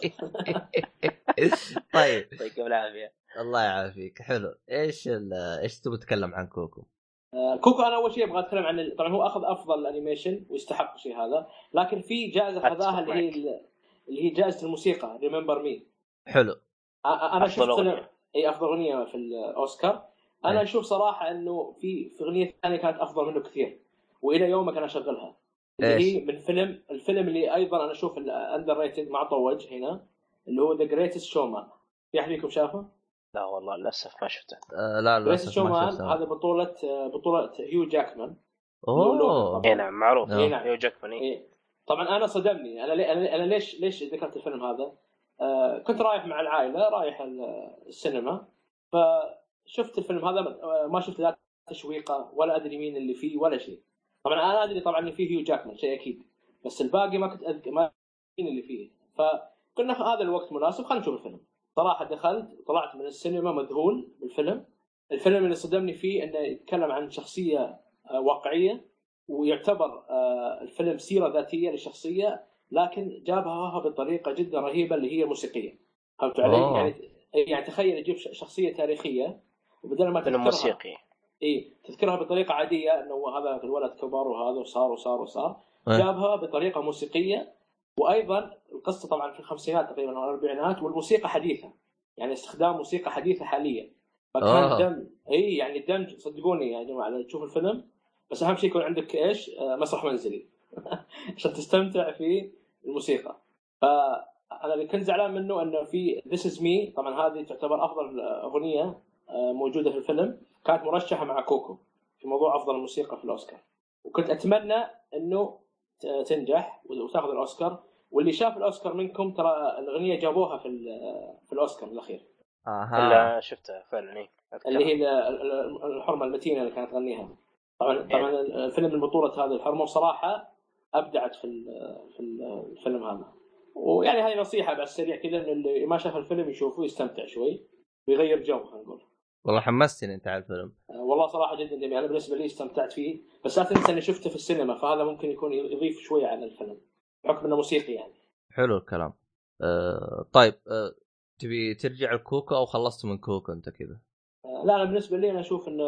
S1: طيب
S3: يعطيك العافيه.
S1: الله يعافيك. حلو. ايش تبغى تتكلم عن كوكو؟
S2: كوكو انا اول شيء ابغى اتكلم عن طبعا هو اخذ افضل انيميشن ويستحق شيء هذا، لكن في جائزه خذاها اللي هي جائزه الموسيقى ريممبر مي.
S1: حلو.
S2: انا شفت افضل اغنيه في الاوسكار. انا اشوف صراحه انه في اغنيه ثانيه كانت افضل منه كثير، والى يومك انا اشغلها. اللي هي من الفيلم اللي ايضا انا اشوف الاندر ريتد مع طوج هنا، اللي هو ذا جريتست شومان. في احد فيكم شافه؟
S3: لا والله للاسف ما شفته.
S1: لا للاسف ما شفته.
S2: هذا بطوله هيو جاكمان.
S1: اوه
S3: نعم معروف. هيو جاكمان.
S2: طبعا انا صدمني انا ليش ذكرت الفيلم هذا. كنت رايح مع العائله، رايح السينما، فشفت الفيلم هذا. ما شفت لا تشويقه ولا ادري مين اللي فيه ولا شيء. طبعا انا ادري طبعا ان فيه هيو جاكمان شيء اكيد، بس الباقي ما كنت أذكر ما مين اللي فيه. فقلنا هذا الوقت مناسب، خلينا نشوف الفيلم. صراحه دخلت طلعت من السينما مذهول بالفيلم. الفيلم اللي صدمني فيه انه يتكلم عن شخصيه واقعيه، ويعتبر الفيلم سيرة ذاتية للشخصية، لكن جابها بطريقة جدا رهيبة اللي هي موسيقية. فهمت علي؟ يعني تخيل يجيب شخصية تاريخية وبدل ما
S3: فيلم
S2: تذكرها
S3: موسيقي
S2: تذكرها بطريقة عادية انه هذا الولد كبر وهذا وصار جابها بطريقة موسيقية. وايضا القصة طبعا في الخمسينات تقريبا او الاربعينات، والموسيقى حديثة، يعني استخدام موسيقى حديثة حاليا. فكان دمج يعني الدمج صدقوني يا جماعة لو تشوف الفيلم، بس اهم شيء يكون عندك ايش مسرح منزلي عشان تستمتع في الموسيقى. فانا اللي كنت زعلان منه انه في This is me، طبعا هذه تعتبر افضل اغنيه موجوده في الفيلم، كانت مرشحه مع كوكو في موضوع افضل الموسيقى في الاوسكار، وكنت اتمنى انه تنجح وتاخذ الاوسكار. واللي شاف الاوسكار منكم ترى الاغنيه جابوها في الاوسكار الاخير.
S3: الا شفتها فعلا
S2: اللي هي الحرمه المتينه اللي كانت تغنيها. طبعا الفيلم من بطولة هذه الحرمة، وصراحة أبدعت في الفيلم هذا. ويعني هذه نصيحة على السريع كذا، إن اللي ما شاف الفيلم يشوفه يستمتع شوي ويغير جو خلينا نقول.
S1: والله حمستني أنت على الفيلم.
S2: والله صراحة جدا جميل، أنا بالنسبة لي استمتعت فيه، بس لا تنسى إني شفته في السينما، فهذا ممكن يكون يضيف شوي على الفيلم بحكم إنه موسيقي يعني.
S1: حلو الكلام. طيب تبي ترجع الكوكو أو خلصت من كوكو أنت كذا؟
S2: لا أنا بالنسبة لي أنا أشوف إنه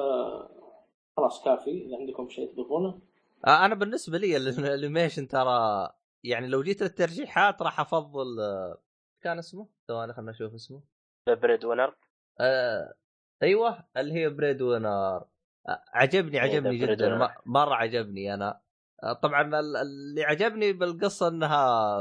S2: خلاص كافي. إذا عندكم شيء تضيفونه.
S1: انا بالنسبه لي الانيميشن ترى يعني لو جيت للترجيحات راح افضل كان اسمه ثواني خلنا نشوف اسمه
S3: بريد وينر.
S1: ايوه اللي هي بريد وينر. عجبني جدا مره عجبني انا. طبعا اللي عجبني بالقصه انها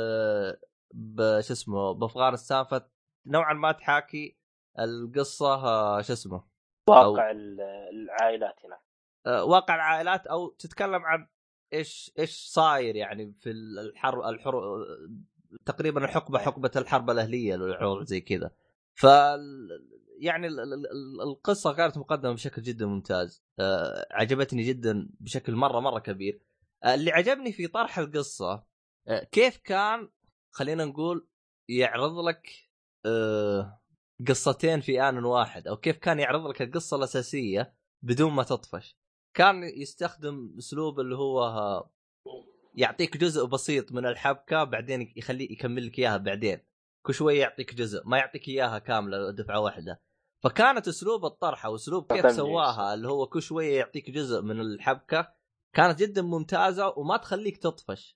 S1: شو اسمه بافغانستان، فنوعا ما تحاكي القصه شو اسمه
S3: واقع العائلات هنا،
S1: واقع العائلات، او تتكلم عن ايش صاير يعني في الحرب تقريبا حقبه الحرب الاهليه والحروب زي كذا. ف يعني القصه كانت مقدمه بشكل جدا ممتاز. عجبتني جدا بشكل مره كبير. اللي عجبني في طرح القصه كيف كان خلينا نقول يعرض لك قصتين في آن واحد، او كيف كان يعرض لك القصه الاساسيه بدون ما تطفش. كان يستخدم اسلوب اللي هو يعطيك جزء بسيط من الحبكه بعدين يخليه يكمل لك اياها بعدين، كل شويه يعطيك جزء ما يعطيك اياها كامله دفعه واحده. فكانت اسلوب الطرحه واسلوب كيف سواها اللي هو كل شويه يعطيك جزء من الحبكه كانت جدا ممتازه وما تخليك تطفش.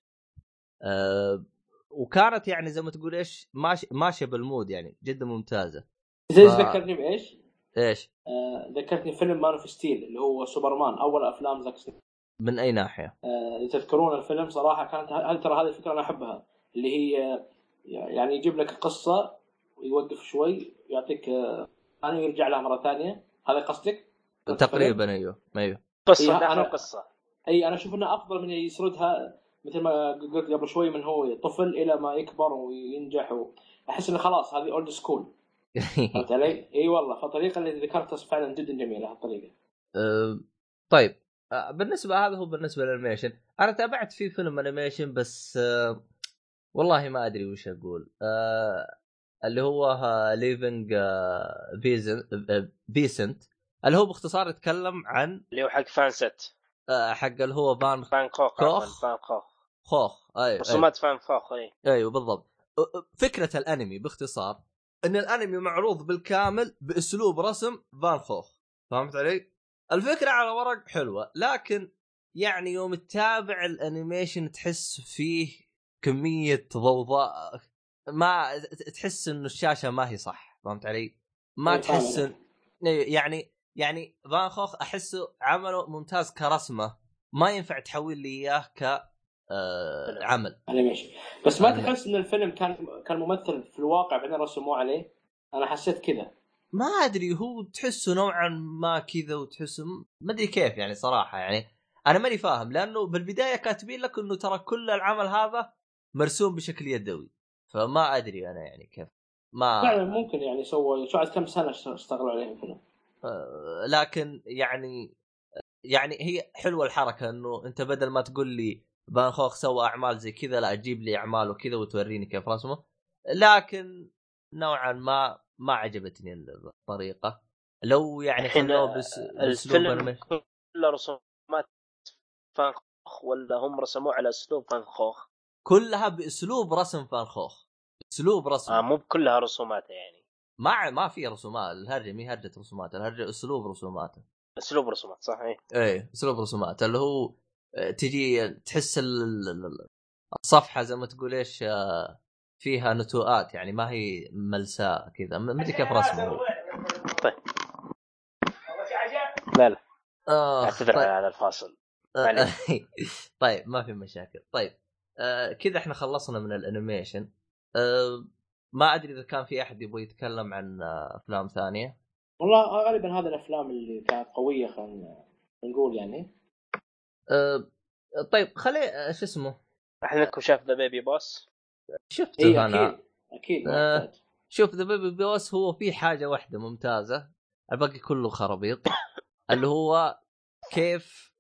S1: وكانت يعني زي ما تقول ايش ماشيه بالمود يعني جدا ممتازه.
S2: ذكرني بايش؟
S1: ايش؟
S2: ذكرتني فيلم مان اوف ستيل اللي هو سوبرمان، اول افلام زاك سنايدر.
S1: من اي ناحيه؟
S2: تذكرون الفيلم؟ صراحه كانت ترى هذه الفكره انا احبها، اللي هي يعني يجيب لك القصه ويوقف شوي يعطيك انا يرجع لها مره ثانيه. هذا قصدك
S1: تقريبا؟ ايوه
S3: قصه داخل قصه.
S2: انا اشوف انها افضل من يسردها مثل ما قلت قبل شوي من هو طفل الى ما يكبر وينجح احس انه خلاص هذه اولد سكول. فهمت علي؟ اي والله. فالطريقه اللي ذكرتها فعلا جدا جميله هالطريقه.
S1: طيب بالنسبه هذا هو بالنسبه للانيميشن. انا تابعت فيه فيلم انيميشن بس والله ما ادري وش اقول. اللي هو ليفينج بيسنت، اللي هو باختصار يتكلم عن
S3: اللي هو حق فانست،
S1: حق اللي هو فان كوخ. ايوه
S3: رسومات فان كوخ.
S1: ايوه بالضبط. فكره الانمي باختصار ان الانمي معروض بالكامل باسلوب رسم فان كوخ. فهمت علي؟ الفكره على ورق حلوه، لكن يعني يوم تتابع الانيميشن تحس فيه كميه ضوضاء، ما تحس انه الشاشه ما هي صح. فهمت علي؟ ما تحس يعني فان كوخ احسه عمله ممتاز كرسمه، ما ينفع تحول لي اياه عمل
S2: انيميشن. بس ما تحس ان الفيلم كان ممثل في الواقع بعدين رسموه عليه؟ انا حسيت كذا،
S1: ما ادري، هو تحسه نوعا ما كذا وتحسه ما ادري كيف يعني صراحه. يعني انا ماني فاهم لانه بالبدايه كاتبين لك انه ترى كل العمل هذا مرسوم بشكل يدوي، فما ادري انا يعني كيف ما
S2: فعلا ممكن يعني سووا شو عاد كم سنه اشتغلوا عليه الفيلم.
S1: لكن يعني هي حلوه الحركه انه انت بدل ما تقول لي فان خوخ سوى اعمال زي كذا، لا تجيب لي اعمال وكذا وتوريني كيف رسمه. لكن نوعا ما عجبتني الطريقه. لو يعني
S3: الحين
S1: خلوه باسلوب
S3: الفيلم
S1: انيميشن
S3: كله رسومات فان خوخ ولا هم رسموه على اسلوب فان خوخ؟
S1: كلها باسلوب رسم فان خوخ، اسلوب رسم
S3: مو بكلها رسوماته يعني.
S1: ما في رسومات. الهرجه مي هرجه رسومات، الهرجه اسلوب رسوماته.
S3: اسلوب رسومات صح.
S1: ايه اسلوب رسومات اللي هو تجي تحس الصفحه زي ما تقول ايش فيها نتوءات، يعني ما هي ملساء كذا، ما ادري كيف رسمه هو.
S3: طيب لا اعتذر
S1: طيب.
S3: على هذا الفاصل. معليش.
S1: طيب ما في مشاكل. طيب كذا احنا خلصنا من الانيميشن. ما ادري اذا كان في احد يبغى يتكلم عن افلام ثانيه.
S2: والله غالبا هذه الافلام اللي كانت قويه خلينا نقول يعني.
S1: طيب خلي شو اسمه،
S3: احد منكم شاف ذا بيبي بوس؟
S1: شفته
S2: اي
S1: انا.
S2: اكيد ما يحتاج.
S1: شوف ذا بيبي بوس هو في حاجه واحده ممتازه، الباقي كله خرابيط. اللي هو كيف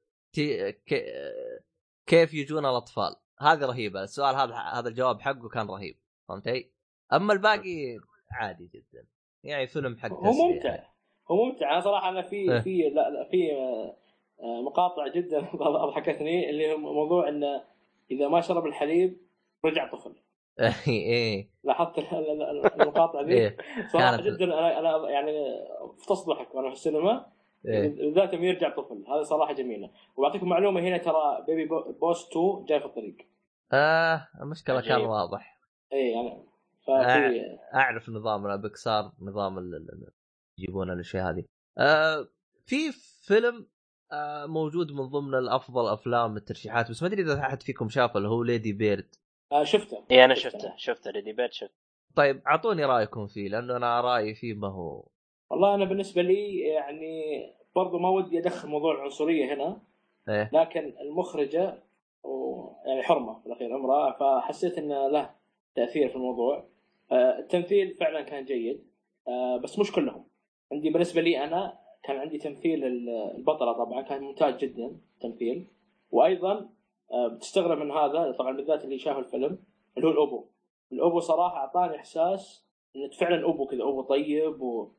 S1: كيف يجون الاطفال، هذه رهيبه. السؤال هذا الجواب حقه كان رهيب، فهمتي؟ اما الباقي عادي جدا، يعني فيلم حق
S2: هو
S1: تسليه
S2: ممتع
S1: يعني.
S2: هو ممتع. انا صراحه انا
S1: إيه.
S2: في مقاطع جدا اضحكتني، اللي هو موضوع انه اذا ما شرب الحليب رجع طفل.
S1: ايه
S2: لاحظت المقاطع ذي
S1: ايه
S2: صراحه
S1: كانت
S2: جدا. انا يعني فطست ضحك وانا في السينما،
S1: ايه.
S2: بالذات لما يرجع طفل. هذا صراحه جميله. وبعطيكم معلومه هنا، ترى بيبي بوس 2 جاي في الطريق.
S1: المشكله كان
S3: عجيب.
S1: واضح.
S2: اي يعني ففي
S1: اعرف نظامنا بيكسار، نظام يجيبون الاشياء هذه. في فيلم موجود من ضمن الافضل افلام الترشيحات، بس ما ادري اذا احد فيكم شافه، اللي هو ليدي بيرد.
S2: شفته.
S3: اي انا
S2: شفته.
S3: شفته ريدي بيت شفته.
S1: طيب اعطوني رايكم فيه، لانه انا رايي فيه ما هو.
S2: والله انا بالنسبه لي يعني برضو ما ودي ادخل موضوع العنصريه هنا،
S1: ايه
S2: لكن المخرجه يعني حرمه في الاخير امراه، فحسيت انه له تاثير في الموضوع. التمثيل فعلا كان جيد، بس مش كلهم. عندي بالنسبه لي انا كان عندي تمثيل البطله طبعا كان ممتاز جدا تمثيل. وايضا بتستغرب من هذا طبعا بالذات اللي شاف الفيلم، اللي هو الابو صراحه اعطاني احساس انه فعلا ابو كذا، ابو طيب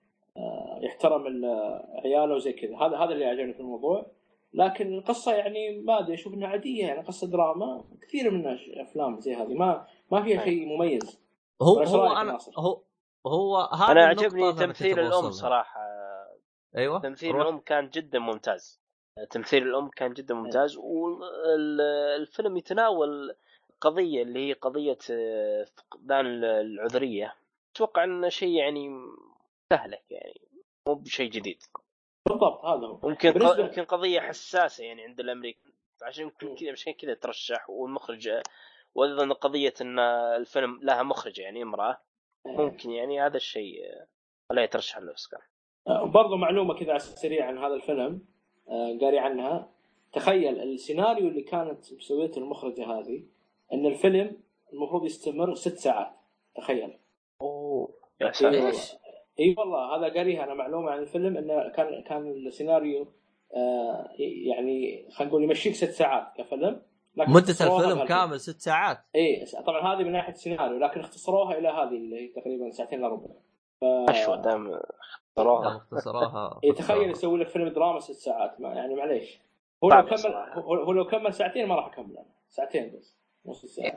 S2: ويحترم عياله وزي كذا. هذا اللي عجبني في الموضوع. لكن القصه يعني ما ادري، اشوف انها عاديه، يعني قصه دراما. كثير من افلام زي هذه ما فيها شيء مميز. ولا ايش رايك
S1: انا
S2: ناصر؟
S1: هو هذه
S3: انا
S1: النقطه
S3: عجبني
S1: اللي انا كنت
S3: تمثيل الام
S1: بوصلها.
S3: صراحه.
S1: ايوه
S3: تمثيل
S1: روح.
S3: الام كان جدا ممتاز. تمثيل الام كان جدا ممتاز. والفيلم يتناول قضيه اللي هي قضيه فقدان العذريه. اتوقع انه شيء يعني سهله، يعني مو بشيء جديد.
S2: بالضبط هذا هو.
S3: يمكن قضيه حساسه يعني عند الامريكان، عشان كذا عشان كذا ترشح. والمخرج وايضا قضيه ان الفيلم لها مخرجه يعني امراه، ممكن يعني هذا الشيء خلاه يترشح للاوسكار.
S2: برضو معلومه كذا على السريع عن هذا الفيلم، قاري عنها. تخيل السيناريو اللي كانت مسويته المخرجه هذه، ان الفيلم المفروض يستمر 6 ساعات. تخيل.
S3: اوه يا
S2: اي
S3: ساتر.
S2: والله. اي والله هذا قاريها انا معلومه عن الفيلم، انه كان السيناريو يعني خلينا نقول يمشيك 6 ساعات كفيلم، لكن
S1: مدة
S2: اختصروها
S1: الفيلم كامل 6 ساعات.
S2: اي طبعا هذه من ناحيه السيناريو، لكن اختصروها الى هذه اللي تقريبا 2 الا ربع.
S3: اشوى دام
S1: دام
S3: صراحه
S1: اختصروها.
S2: تخيل يسوي لك فيلم دراما 6 ساعات، يعني معليش. هو لو
S3: صعب
S2: كمل
S3: صراحة.
S2: هو لو كمل ساعتين ما راح اكمل انا. ساعتين بس، نص ساعه.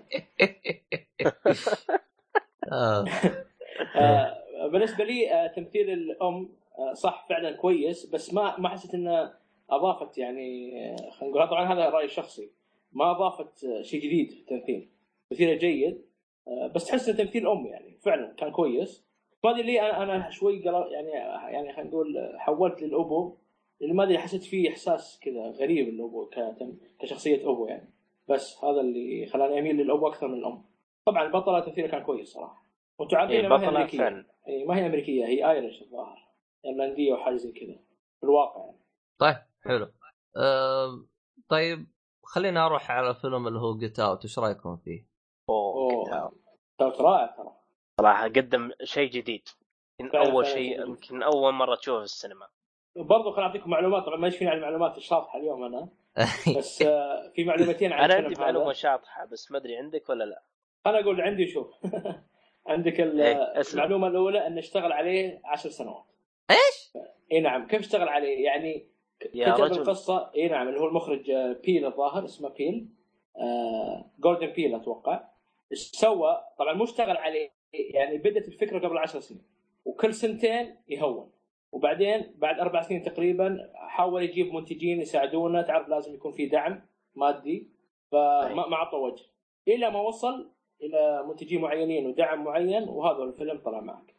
S2: بالنسبه لي تمثيل الام صح فعلا كويس، بس ما حسيت انه اضافت يعني خلينا نقول طبعا هذا رايي الشخصي، ما اضافت شيء جديد في التمثيل. تمثيله جيد، بس تحس ان تمثيل ام يعني فعلا كان كويس. ما ادري لي انا شوي يعني خلينا نقول حولت للابو، لان ما ادري حسيت فيه احساس كذا غريب الابو كشخصيه ابو يعني. بس هذا اللي خلاني اميل للابو اكثر من الام. طبعا البطله تمثيلها كان كويس صراحه، وتعرفين ما هي
S3: بطلة
S2: امريكيه.
S3: فعلا.
S2: ما هي امريكيه، هي ايرش الظاهر، ايرلنديه وحاجه زي كذا في الواقع يعني.
S1: طيب حلو. طيب خلينا اروح على فيلم اللي هو جيت اوت، ايش رايكم فيه؟
S3: اوه
S2: رائع ترى
S3: صراحه قدم شيء جديد. اول
S2: فعلا
S3: شيء
S2: جديد.
S3: يمكن اول مره تشوفه في السينما.
S2: برضو خليني اعطيكم معلومات، طبعا ما يشفيني عن المعلومات الشاطحه اليوم انا، بس في معلومتين عن
S3: انا
S2: الفيلم
S3: عندي معلومه
S2: هذا.
S3: شاطحه بس ما ادري عندك ولا لا.
S2: انا اقول عندي شوف. عندك
S3: ايه اسلم.
S2: المعلومه الاولى انه اشتغل عليه 10 سنوات.
S1: ايش؟
S2: اي نعم. كيف اشتغل عليه يعني؟
S3: يا
S2: كتب
S3: رجل
S2: القصه. اي نعم، اللي هو المخرج بيل الظاهر اسمه بيل، جوردن بيل اتوقع. ايش سوى؟ طبعا مو اشتغل عليه، يعني بدت الفكره قبل 10 سنين وكل سنتين يهون، وبعدين بعد 4 سنين تقريبا حاول يجيب منتجين يساعدونه، تعرف لازم يكون في دعم مادي، فما ما عطى وجه الى ما وصل الى منتجين معينين ودعم معين، وهذا الفيلم طلع معك.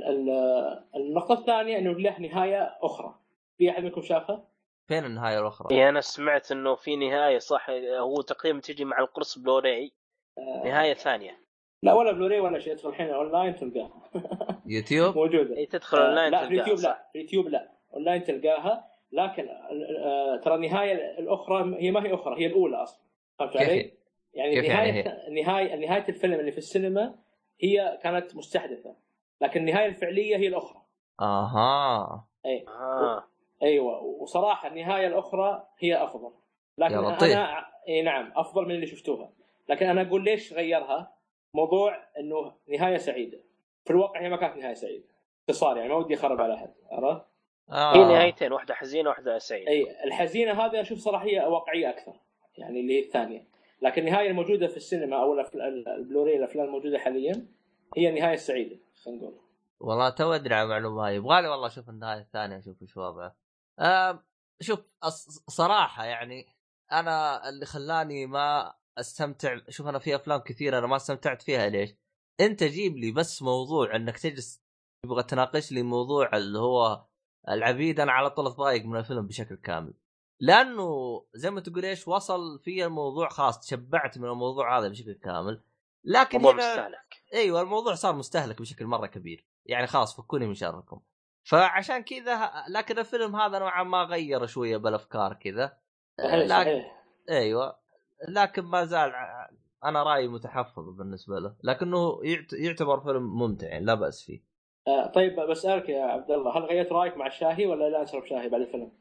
S2: النقطه الثانيه انه له نهايه اخرى. في احد منكم شافها؟
S1: فين النهايه الاخرى؟
S3: إيه انا سمعت انه في نهايه صح، هو تقريبا تجي مع القرص بلوراي نهايه ثانيه.
S2: لا ولا بلوري ولا شيء، ادخل الحين اونلاين تلقاها.
S1: يوتيوب
S2: موجوده.
S3: اي تدخل اونلاين
S2: لا في
S3: تلقاها
S2: اليوتيوب،
S3: صح؟
S2: لا في اليوتيوب لا، اونلاين تلقاها. لكن ترى النهايه الاخرى هي ما هي اخرى، هي الاولى اصلا. فهمت علي؟ يعني
S1: كيف
S2: نهايه
S1: يعني هي؟
S2: نهايه الفيلم اللي في السينما هي كانت مستحدثه، لكن النهايه الفعليه هي الاخرى.
S1: اها
S2: اي ايوه. وصراحه النهايه الاخرى هي افضل، لكن
S1: يا لطيف.
S2: انا اي نعم افضل من اللي شفتوها. لكن انا اقول ليش غيرها. موضوع انه نهايه سعيده، في الواقع هي ما كانت نهايه سعيده، اختصار يعني، ما ودي اخرب على احد، عرفت؟
S3: هي نهايتين، واحده حزينه واحده سعيده.
S2: اي الحزينه هذه اشوف صراحه هي واقعيه اكثر، يعني اللي هي الثانيه. لكن النهايه الموجوده في السينما او البلوري الافلام الموجوده حاليا هي النهايه السعيده، خلينا نقول.
S1: والله تو ادري عن المعلومه هاي، يبغالي والله اشوف النهايه الثانيه اشوف ايش وضعه. شوف صراحه يعني انا اللي خلاني ما استمتع، شوف انا في افلام كثيره انا ما استمتعت فيها. ليش؟ انت جيب لي بس موضوع انك تجلس تبغى تناقش لي موضوع اللي هو العبيد، انا على طول اتضايق من الفيلم بشكل كامل، لانه زي ما تقول ايش وصل في الموضوع، خلاص تشبعت من الموضوع هذا بشكل كامل. لكن
S3: موضوع
S1: هنا
S3: مستهلك.
S1: ايوه الموضوع صار مستهلك بشكل مره كبير، يعني خلاص فكوني من شركم. فعشان كذا لكن الفيلم هذا نوعا ما غير شويه بالافكار كذا.
S2: صحيح صحيح.
S1: ايوه لكن ما زال انا رايي متحفظ بالنسبه له، لكنه يعتبر فيلم ممتع يعني لا باس فيه.
S2: طيب بسألك يا عبد الله، هل غيرت رايك مع الشاهي ولا لا اشرب شاهي بعد الفيلم؟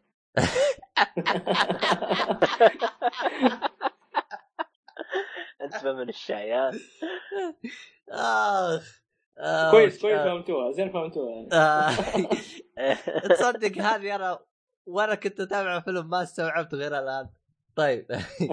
S3: انت من الشاي
S2: كويس فهمتوها زين، فهمتوها يعني.
S1: تصدق هذه انا وانا كنت اتابع فيلم ما استوعبت غير الان. طيب.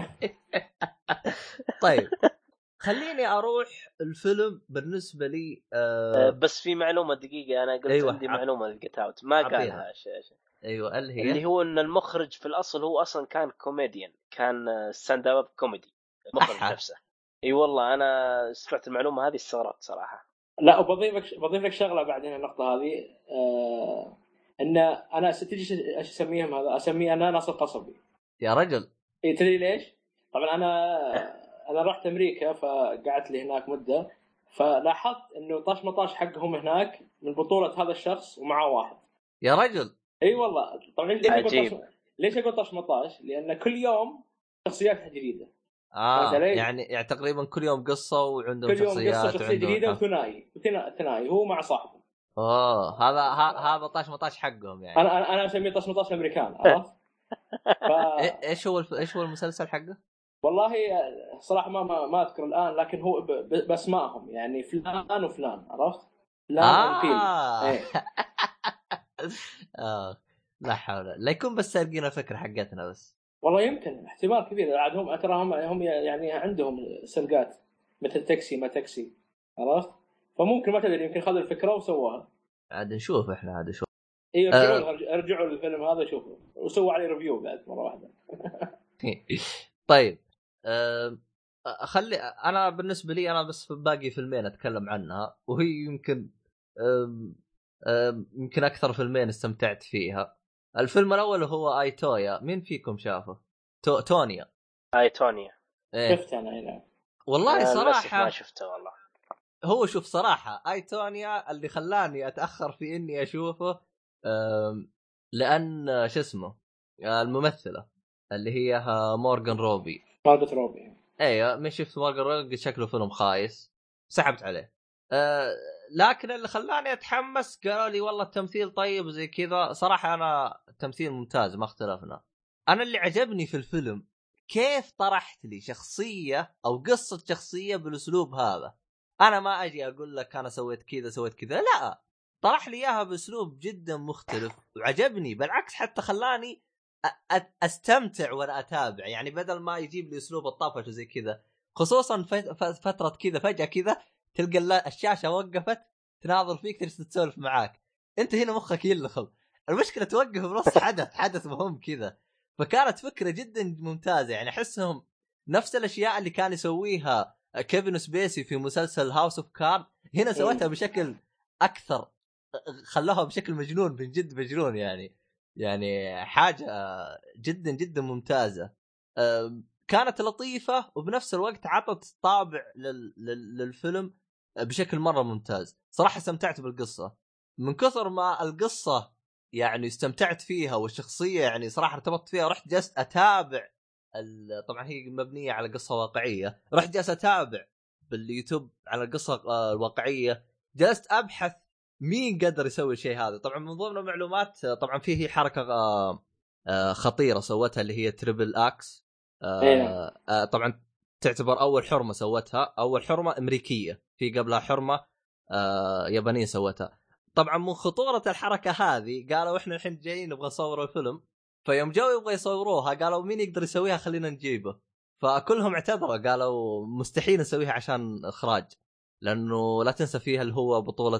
S1: طيب خليني اروح الفيلم بالنسبه لي.
S3: بس في معلومه دقيقه، انا قلت
S1: أيوة.
S3: عندي معلومه لقيت اوت ما قالها
S1: ايوه
S3: اللي هو ان المخرج في الاصل هو اصلا كان كوميديان، كان ستاند اب كوميدي المخرج نفسه. اي والله انا سمعت المعلومه هذه استغربت صراحه.
S2: لا بضيف لك شغله بعدين النقطه هذه. ان انا تجي ايش اسميهم هذا، اسميه انا ناصر قصبي
S1: يا رجل.
S2: اي تدري ليش؟ طبعا انا رحت امريكا فقعدت لي هناك مده، فلاحظت انه طاش مطاش حقهم هناك من بطوله هذا الشخص ومعه واحد.
S1: يا رجل.
S2: اي والله. طبعا ليش اقول طاش مطاش؟ لان كل يوم شخصيات جديده.
S1: يعني تقريبا كل يوم قصه وعندهم
S2: كل يوم
S1: شخصيات
S2: قصه جديده وثنائي هو مع صاحبه.
S1: هذا طاش مطاش حقهم يعني.
S2: انا اسميه طاش مطاش الامريكان، عرفت؟
S1: ايش هو المسلسل حقه؟
S2: والله صراحه ما اذكر الان، لكن هو باسمائهم يعني فلان وفلان، عرفت؟ فلان
S1: ايه. لا حول، لا يكون بس سارقين الفكره حقتنا بس.
S2: والله يمكن احتمال كبير، عندهم هم يعني عندهم سرقات مثل تاكسي ما تاكسي، عرفت؟ فممكن ما تدري، يمكن خذوا الفكره وسووها.
S1: عاد نشوف احنا عاد شوف.
S2: اي ارجعوا للفيلم هذا شوفوا وسووا عليه ريفيو بعد مره واحده.
S1: طيب خلي انا بالنسبه لي انا بس باقي فيلمين اتكلم عنها، وهي يمكن يمكن اكثر فيلمين استمتعت فيها. الفيلم الاول هو اي تويا، مين فيكم شافه؟ تونيا.
S3: اي تونيا
S2: شفت انا هنا
S1: والله صراحه
S3: ما شفته والله.
S1: هو شوف صراحه اي تونيا اللي خلاني اتاخر في اني اشوفه لان شو اسمه الممثله اللي هي مورغان روبي.
S2: مارغوت روبي.
S1: ايوه من شفت مورغان روبي شكله فيلم خايس سحبت عليه. لكن اللي خلاني اتحمس قالوا لي والله التمثيل طيب زي كذا. صراحه انا التمثيل ممتاز ما اختلفنا. انا اللي عجبني في الفيلم كيف طرحت لي شخصيه او قصه شخصيه بالاسلوب هذا. انا ما اجي اقول لك انا سويت كذا سويت كذا، لا طرح لي اياها باسلوب جدا مختلف وعجبني. بالعكس حتى خلاني استمتع وانا اتابع، يعني بدل ما يجيب لي اسلوب الطفش وزي كذا. خصوصا فتره كذا فجاه كذا تلقى الشاشه وقفت تناظر فيك تجلس تسولف معاك، انت هنا مخك يلخم. المشكله توقف بنص حدث مهم كذا. فكانت فكره جدا ممتازه. يعني احسهم نفس الاشياء اللي كان يسويها كيفن سبيسي في مسلسل هاوس اوف كارد هنا سوتها بشكل اكثر، خلوها بشكل مجنون من جد مجنون. يعني حاجه جدا جدا ممتازه. كانت لطيفه وبنفس الوقت عطت طابع للفيلم بشكل مره ممتاز. صراحه استمتعت بالقصه من كثر ما القصه يعني استمتعت فيها والشخصيه يعني صراحه ارتبطت فيها. رحت جلست اتابع طبعا هي مبنيه على قصه واقعيه، رحت جلست اتابع باليوتيوب على القصه الواقعيه، جلست ابحث مين قدر يسوي الشيء هذا. طبعا من ضمن المعلومات طبعا فيه حركه خطيره سوتها اللي هي تريبل اكس. طبعا تعتبر اول حرمه سوتها، اول حرمه امريكيه، في قبلها حرمه يابانيه سوتها. طبعا من خطوره الحركه هذه قالوا احنا الحين جايين نبغى نصور الفيلم، فيوم جو يبغى يصوروها قالوا مين يقدر يسويها خلينا نجيبه. فكلهم اعتذروا قالوا مستحيل نسويها عشان اخراج، لانه لا تنسى فيها اللي هو بطوله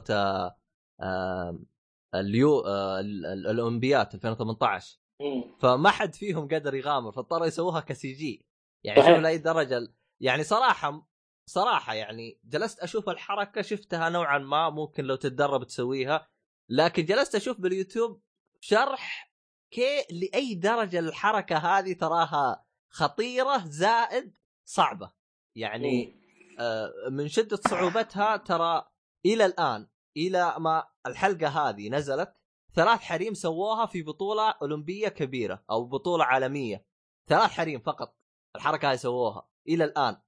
S1: الاولمبيات 2018 فما حد فيهم قدر يغامر فاضطروا يسووها كسي جي. يعني شوف لاي درجه. يعني صراحه يعني جلست اشوف الحركه شفتها نوعا ما ممكن لو تتدرب تسويها، لكن جلست اشوف باليوتيوب شرح لاي درجه الحركه هذه تراها خطيره زائد صعبه. يعني من شده صعوبتها ترى الى الان الى ما الحلقه هذه نزلت 3 حريم سووها في بطوله اولمبيه كبيره او بطوله عالميه. 3 حريم فقط الحركه هاي سووها الى الان.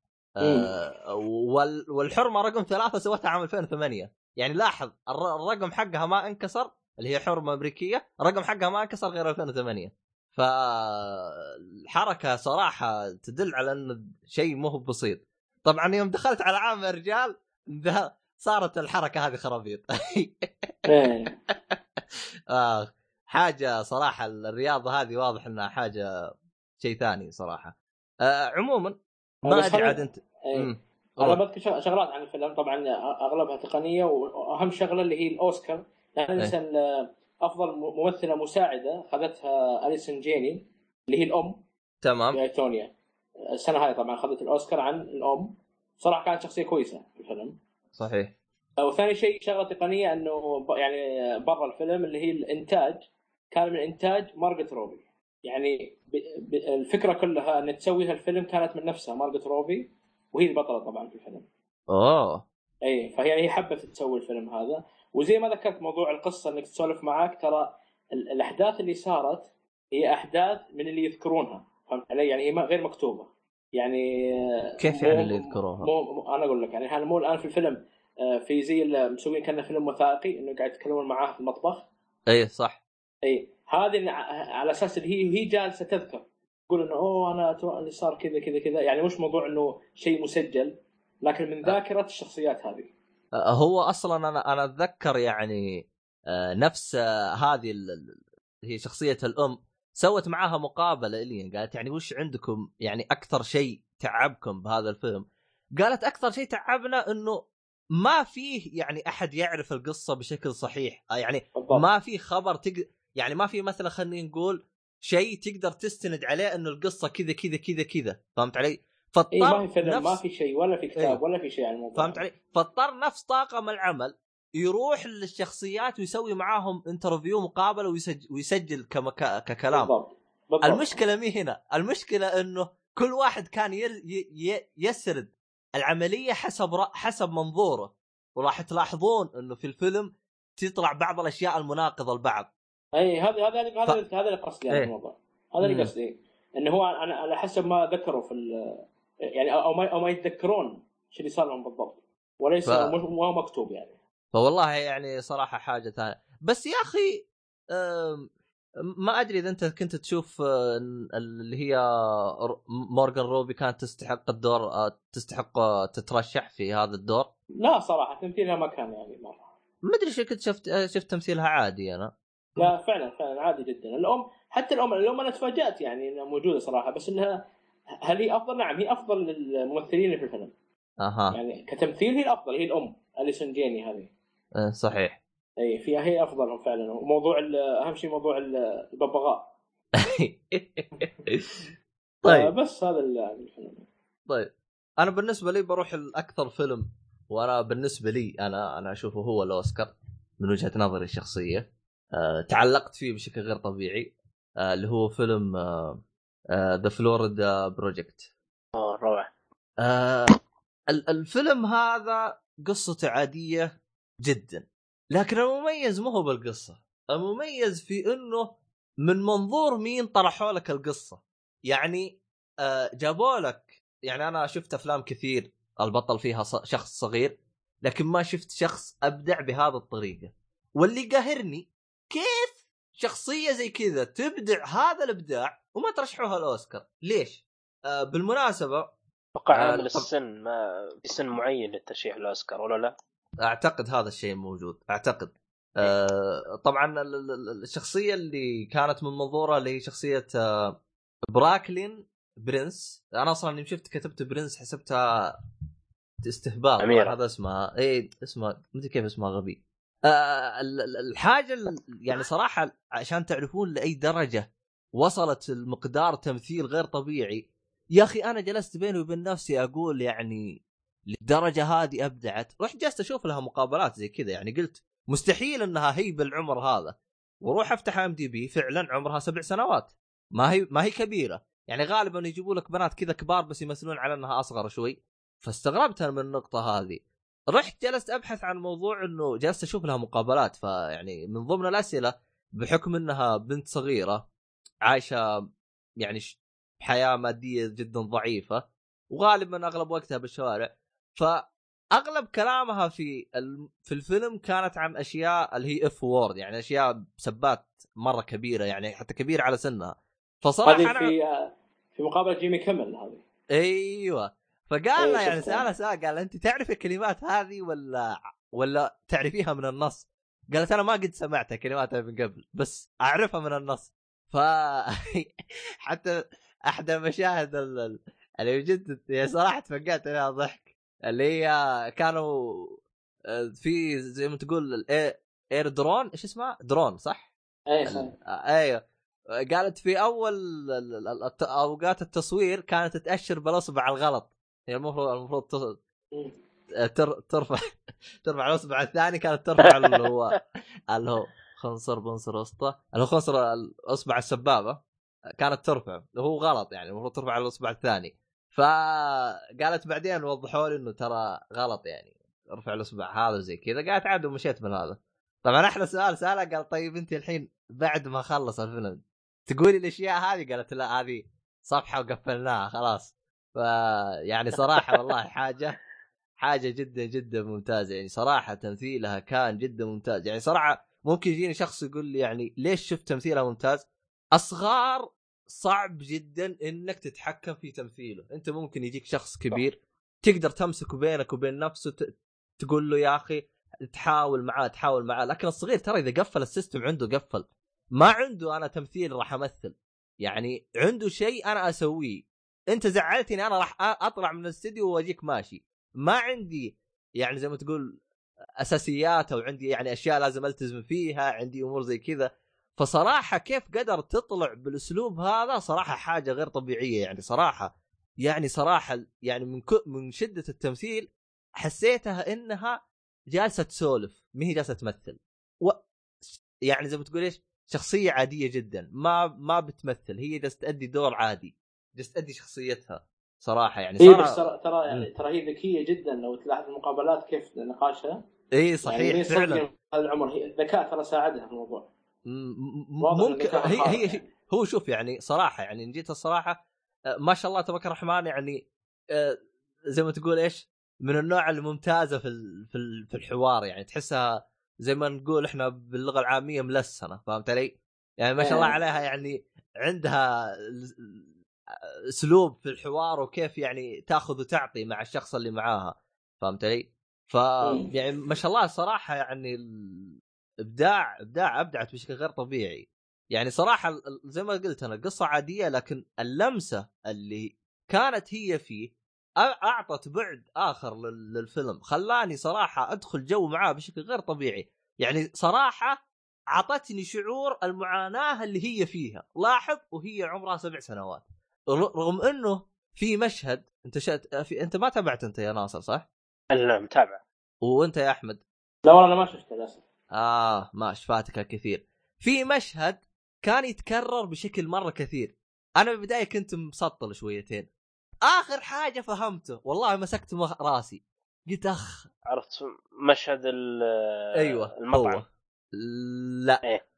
S1: والحرمه رقم 3 سوتها عام 2008. يعني لاحظ الرقم حقها ما انكسر، اللي هي حرمه امريكيه الرقم حقها ما انكسر غير 2008. فالحركه صراحه تدل على انه شيء مو بسيط. طبعا يوم دخلت على عام الرجال صارت الحركه هذه خرابيط. حاجه صراحه الرياضه هذه واضح انها حاجه شيء ثاني صراحه. عموما ما ادري عاد انت
S2: انا بذكر شغلات عن الفيلم طبعا اغلبها تقنيه، واهم شغله اللي هي الاوسكار. يعني مثلا افضل ممثله مساعده خذتها أليسون جيني اللي هي الام
S1: تمام
S2: في تونيا السنه هاي. طبعا خذت الاوسكار عن الام، صراحه كانت شخصيه كويسه في الفيلم.
S1: صحيح.
S2: وثاني شيء شغله تقنيه انه يعني برا الفيلم اللي هي الانتاج كان من انتاج مارغوت روبي. يعني الفكره كلها ان تسويها الفيلم كانت من نفسها مارغوت روبي، وهي البطله طبعا في الفيلم. اي فهي هي حبت تسوي الفيلم هذا. وزي ما ذكرت موضوع القصه انك تسولف معاك، ترى الاحداث اللي صارت هي احداث من اللي يذكرونها، فهمت علي؟ يعني هي غير مكتوبه. يعني
S1: كيف يعني اللي يذكروها؟
S2: انا اقول لك يعني هذا مو الان في الفيلم في زي اللي مسوين كأنه فيلم وثائقي انه قاعد يتكلمون معاه في المطبخ.
S1: اي صح.
S2: اي هذه على اساس اللي هي جالسه تذكر تقول انه انا اللي صار كذا كذا كذا. يعني مش موضوع انه شيء مسجل، لكن من ذاكره الشخصيات هذه.
S1: هو اصلا انا اتذكر يعني نفس هذه هي شخصيه الام سوت معاها مقابله الين قالت يعني وش عندكم يعني اكثر شيء تعبكم بهذا الفيلم؟ قالت اكثر شيء تعبنا انه ما فيه يعني احد يعرف القصه بشكل صحيح. يعني ما في خبر يعني ما في مثلا خلينا نقول شيء تقدر تستند عليه انه القصه كذا كذا كذا كذا. فهمت علي؟
S2: فاضطر ما في فيلم ما في شيء ولا في كتاب ولا في شيء عن الموضوع.
S1: فهمت علي؟ فاضطر نفس طاقم العمل يروح للشخصيات ويسوي معاهم انترفيو مقابله ويسجل ككلام.
S2: بالضبط.
S1: المشكله مي هنا، المشكله انه كل واحد كان يسرد العمليه حسب منظوره. وراح تلاحظون انه في الفيلم تطلع بعض الاشياء المناقضه لبعض.
S2: اي هذا اللي قصدي يعني الموضوع هذا اللي قصدي. انه هو انا على حسب ما ذكروا في يعني او ما يتذكرون ايش اللي صار لهم بالضبط، وليس مو مكتوب يعني.
S1: فوالله يعني صراحه حاجه ثانيه. بس يا اخي ما ادري اذا انت كنت تشوف اللي هي مورغان روبي كانت تستحق الدور، تستحق تترشح في هذا الدور.
S2: لا صراحه تمثيلها ما كان يعني مره،
S1: ما ادري شو كنت شفت تمثيلها عادي. انا
S2: لا فعلا عادي جدا. حتى الام انا تفاجأت يعني انها موجوده صراحه، بس انها هل هي افضل؟ نعم هي افضل الممثلين في الفيلم. يعني كتمثيل هي الافضل، هي الام أليسون جيني هذه.
S1: صحيح.
S2: اي فيها هي افضلهم فعلا. وموضوع اهم شيء موضوع الببغاء.
S1: طيب
S2: بس هذا الفيلم.
S1: طيب انا بالنسبه لي بروح الاكثر فيلم، وانا بالنسبه لي انا اشوفه هو الاوسكار من وجهه نظري الشخصيه. تعلقت فيه بشكل غير طبيعي، اللي هو فيلم ذا فلوريدا بروجكت.
S3: روعه.
S1: الفيلم هذا قصته عاديه جدا، لكن المميز مو هو بالقصه، المميز في انه من منظور مين طرحوا لك القصه. يعني جابوا لك، يعني انا شفت افلام كثير البطل فيها شخص صغير، لكن ما شفت شخص ابدع بهذه الطريقه. واللي قاهرني كيف شخصيه زي كذا تبدع هذا الابداع وما ترشحوها الاوسكار. ليش؟ بالمناسبه
S3: توقع عامل السن، ما في سن معين للترشيح الاوسكار ولا لا؟
S1: اعتقد هذا الشيء موجود، اعتقد. طبعا الشخصيه اللي كانت من منظوره اللي هي شخصيه براكلين برنس. انا اصلا لما شفت كتبت برنس حسبتها استهبال. هذا اسمها اسمها مدري كيف اسمها غبي. الحاجه يعني صراحه عشان تعرفون لاي درجه وصلت المقدار تمثيل غير طبيعي. يا اخي انا جلست بيني وبين نفسي اقول يعني للدرجه هذه ابدعت. رحت جلست اشوف لها مقابلات زي كذا، يعني قلت مستحيل انها هي بالعمر هذا. وروح افتح IMDb فعلا عمرها 7 سنوات، ما هي كبيره. يعني غالبا يجيبوا لك بنات كذا كبار بس يمثلون على انها اصغر شوي. فاستغربت من النقطه هذه. رحت جلست ابحث عن موضوع انه جلست اشوف لها مقابلات. فيعني من ضمن الاسئله بحكم انها بنت صغيره عايشه يعني حياه ماديه جدا ضعيفه، وغالبا اغلب وقتها بالشوارع، فاغلب كلامها في الفيلم كانت عن اشياء اللي هي اف وورد، يعني اشياء سبات مره كبيره، يعني حتى كبيره على سنها. فصراحه
S2: هذه في مقابله جيمي كيمل هذه.
S1: ايوه. فقال لها يعني سأل قال انت تعرفي الكلمات هذه ولا تعرفيها من النص؟ قالت انا ما قد سمعتها كلماتها من قبل بس اعرفها من النص. ف حتى احدى المشاهد اللي جد صراحه تفقعت عليها ضحك، اللي هي كانوا في زي ما تقول اير درون، ايش اسمها درون صح؟ ايوه. قالت في اول اوقات التصوير كانت تأشر بالاصبع الغلط، هي المفروض ترفع الاصبع الثاني، كانت ترفع اللي هو خنصر بنصر وسطى، اللي هو خنصر الاصبع السبابه كانت ترفع، وهو غلط يعني المفروض ترفع الاصبع الثاني. فقالت بعدين وضحوا لي انه ترى غلط يعني ارفع الاصبع هذا زي كذا. قالت عاد ومشيت من هذا. طبعا احلى سؤال سألها قال طيب انت الحين بعد ما خلص الفيلم تقولي الاشياء هذه؟ قالت لا هذه صفحه وقفلناها خلاص. يعني صراحه والله حاجه جدا جدا ممتازه، يعني صراحه تمثيلها كان جدا ممتاز. يعني صراحه ممكن يجيني شخص يقول لي يعني ليش شفت تمثيلها ممتاز؟ اصغار صعب جدا انك تتحكم في تمثيله. انت ممكن يجيك شخص كبير تقدر تمسكه بينك وبين نفسه، تقول له يا اخي تحاول معاه، لكن الصغير ترى اذا قفل السيستم عنده قفل، ما عنده انا تمثيل راح امثل، يعني عنده شيء انا اسويه. انت زعلتني انا راح اطلع من الاستديو واجيك ماشي. ما عندي يعني زي ما تقول اساسيات، او عندي يعني اشياء لازم التزم فيها، عندي امور زي كذا. فصراحه كيف قدر تطلع بالاسلوب هذا صراحه حاجه غير طبيعيه. يعني صراحه يعني من شده التمثيل حسيتها انها جالسه تسولف، ما هي جالسه تمثل. يعني زي ما تقول ايش، شخصيه عاديه جدا، ما بتمثل، هي جالسه تأدي دور عادي، جالسه تأدي شخصيتها صراحه. يعني
S2: صراحه ترى هي ذكيه جدا. لو تلاحظ المقابلات كيف نقاشها.
S1: صحيح يعني
S2: فعلا هذا العمر هي الذكاء ترى ساعدها في الموضوع.
S1: ممكن هو شوف يعني صراحه يعني ان جيت الصراحه ما شاء الله تبارك الرحمن يعني زي ما تقول ايش من النوع الممتازه في الحوار يعني تحسها زي ما نقول احنا باللغه العاميه ملسنه فهمت علي يعني ما شاء الله عليها يعني عندها اسلوب في الحوار وكيف يعني تاخذ وتعطي مع الشخص اللي معاها فهمت علي ف يعني ما شاء الله صراحه يعني ابدعت بشكل غير طبيعي يعني صراحه زي ما قلت انا قصه عاديه لكن اللمسه اللي كانت هي فيه اعطت بعد اخر للفيلم خلاني صراحه ادخل جو معاه بشكل غير طبيعي يعني صراحه عطتني شعور المعاناه اللي هي فيها لاحظ وهي عمرها 7 سنوات رغم انه في مشهد انت ما تابعت انت يا ناصر صح؟
S3: لا متابع.
S1: وانت يا احمد؟
S2: لا والله انا ما شفته للاسف.
S1: ماش فاتك كثير. في مشهد كان يتكرر بشكل مره كثير انا بالبدايه كنت مسطل شويتين اخر حاجه فهمته والله مسكت راسي قلت اخ
S3: عرفت مشهد
S1: ايوه
S3: المطعم
S1: هو لا
S3: إيه؟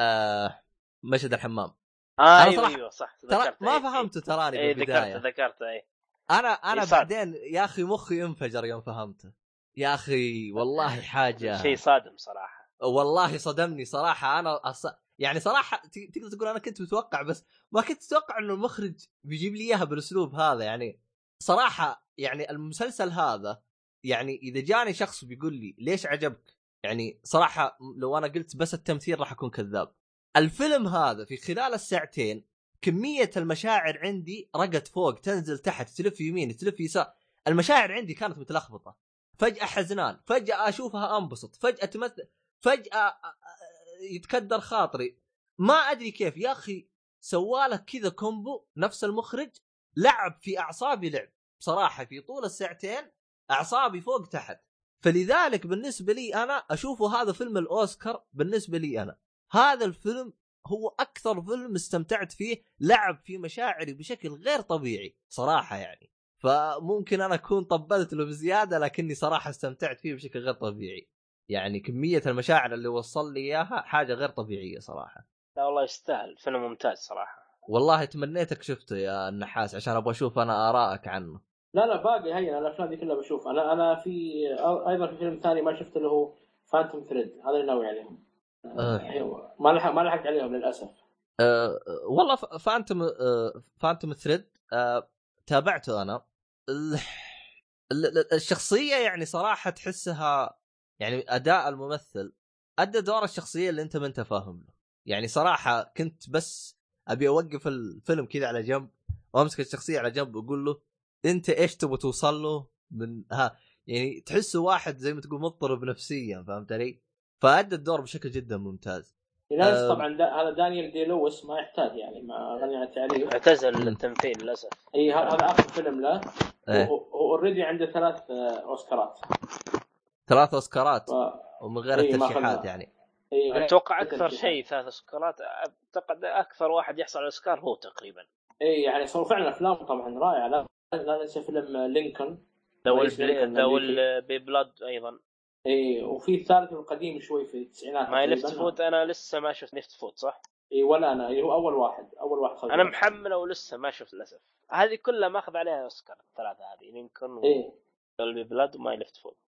S1: مشهد الحمام.
S3: انا
S1: صراحة
S3: ايوه صح
S1: ترى ما فهمته تراني بالبدايه
S3: ذكرته ايه.
S1: انا بعدين يا اخي مخي انفجر يوم فهمته يا اخي والله حاجه
S3: شيء صادم صراحه
S1: والله صدمني صراحه انا يعني صراحه تقدر تقول انا كنت متوقع بس ما كنت اتوقع انه المخرج بيجيب لي اياها بالاسلوب هذا يعني صراحه يعني المسلسل هذا يعني اذا جاني شخص بيقول لي ليش عجبك يعني صراحه لو انا قلت بس التمثيل راح اكون كذاب. الفيلم هذا في خلال الساعتين كميه المشاعر عندي رقت فوق تنزل تحت تلف يمين تلف يسار المشاعر عندي كانت متلخبطه فجاه حزنان فجاه اشوفها انبسط فجاه تمثل فجاه يتكدر خاطري ما ادري كيف يا اخي سوالك كذا كومبو نفس المخرج لعب في اعصابي لعب بصراحه في طول الساعتين اعصابي فوق تحت فلذلك بالنسبه لي انا اشوفه هذا فيلم الاوسكار بالنسبه لي انا هذا الفيلم هو اكثر فيلم استمتعت فيه لعب في مشاعري بشكل غير طبيعي صراحه يعني فممكن انا اكون طبلت له بزياده لكني صراحه استمتعت فيه بشكل غير طبيعي يعني كميه المشاعر اللي وصل لي اياها حاجه غير طبيعيه صراحه.
S3: لا والله يستاهل فيلم ممتاز صراحه
S1: والله تمنيتك شفته يا النحاس عشان ابغى اشوف انا ارائك عنه.
S2: لا باقي هي انا الافلام دي كلها بشوف انا في ايضا في فيلم ثاني ما شفته اللي هو فانتوم ثريد هذا اللي ناوي عليهم ما لحقت عليهم للاسف.
S1: والله فانتوم ثريد تابعته انا الشخصيه يعني صراحه تحسها يعني اداء الممثل ادى دور الشخصيه اللي انت ما انت فاهم له يعني صراحه كنت بس ابي اوقف الفيلم كذا على جنب وامسك الشخصيه على جنب واقول له انت ايش تبغى توصل له من يعني تحسه واحد زي ما تقول مضطرب نفسيا فهمت علي فادى الدور بشكل جدا ممتاز.
S2: لا طبعا هذا دانيال دي لويس ما يحتاج يعني ما غني عن التعريف
S3: اعتزل التمثيل للاسف.
S2: اي هذا اخر فيلم له
S1: إيه؟
S2: هو اوريدي عنده 3 اوسكارات
S1: 3 اوسكارات ومن غير الترشيحات يعني
S3: اتوقع اكثر شيء 3 اوسكارات اعتقد اكثر واحد يحصل على اوسكار هو تقريبا.
S2: اي يعني صار فعلا افلام طبعا رائعه لا ننسى فيلم لينكولن
S3: دول ببلاد ايضا.
S2: اي وفي الثالث القديم شوي في التسعينات
S3: ما ليفت فوت انا لسه ما شفت ليفت فوت صح.
S2: اي ولا انا هو اول واحد
S3: انا محمله ولسه ما شفت للاسف هذه كلها ماخذ عليها اوسكار الثلاثه هذه لينكولن دول ببلاد وما ليفت فوت.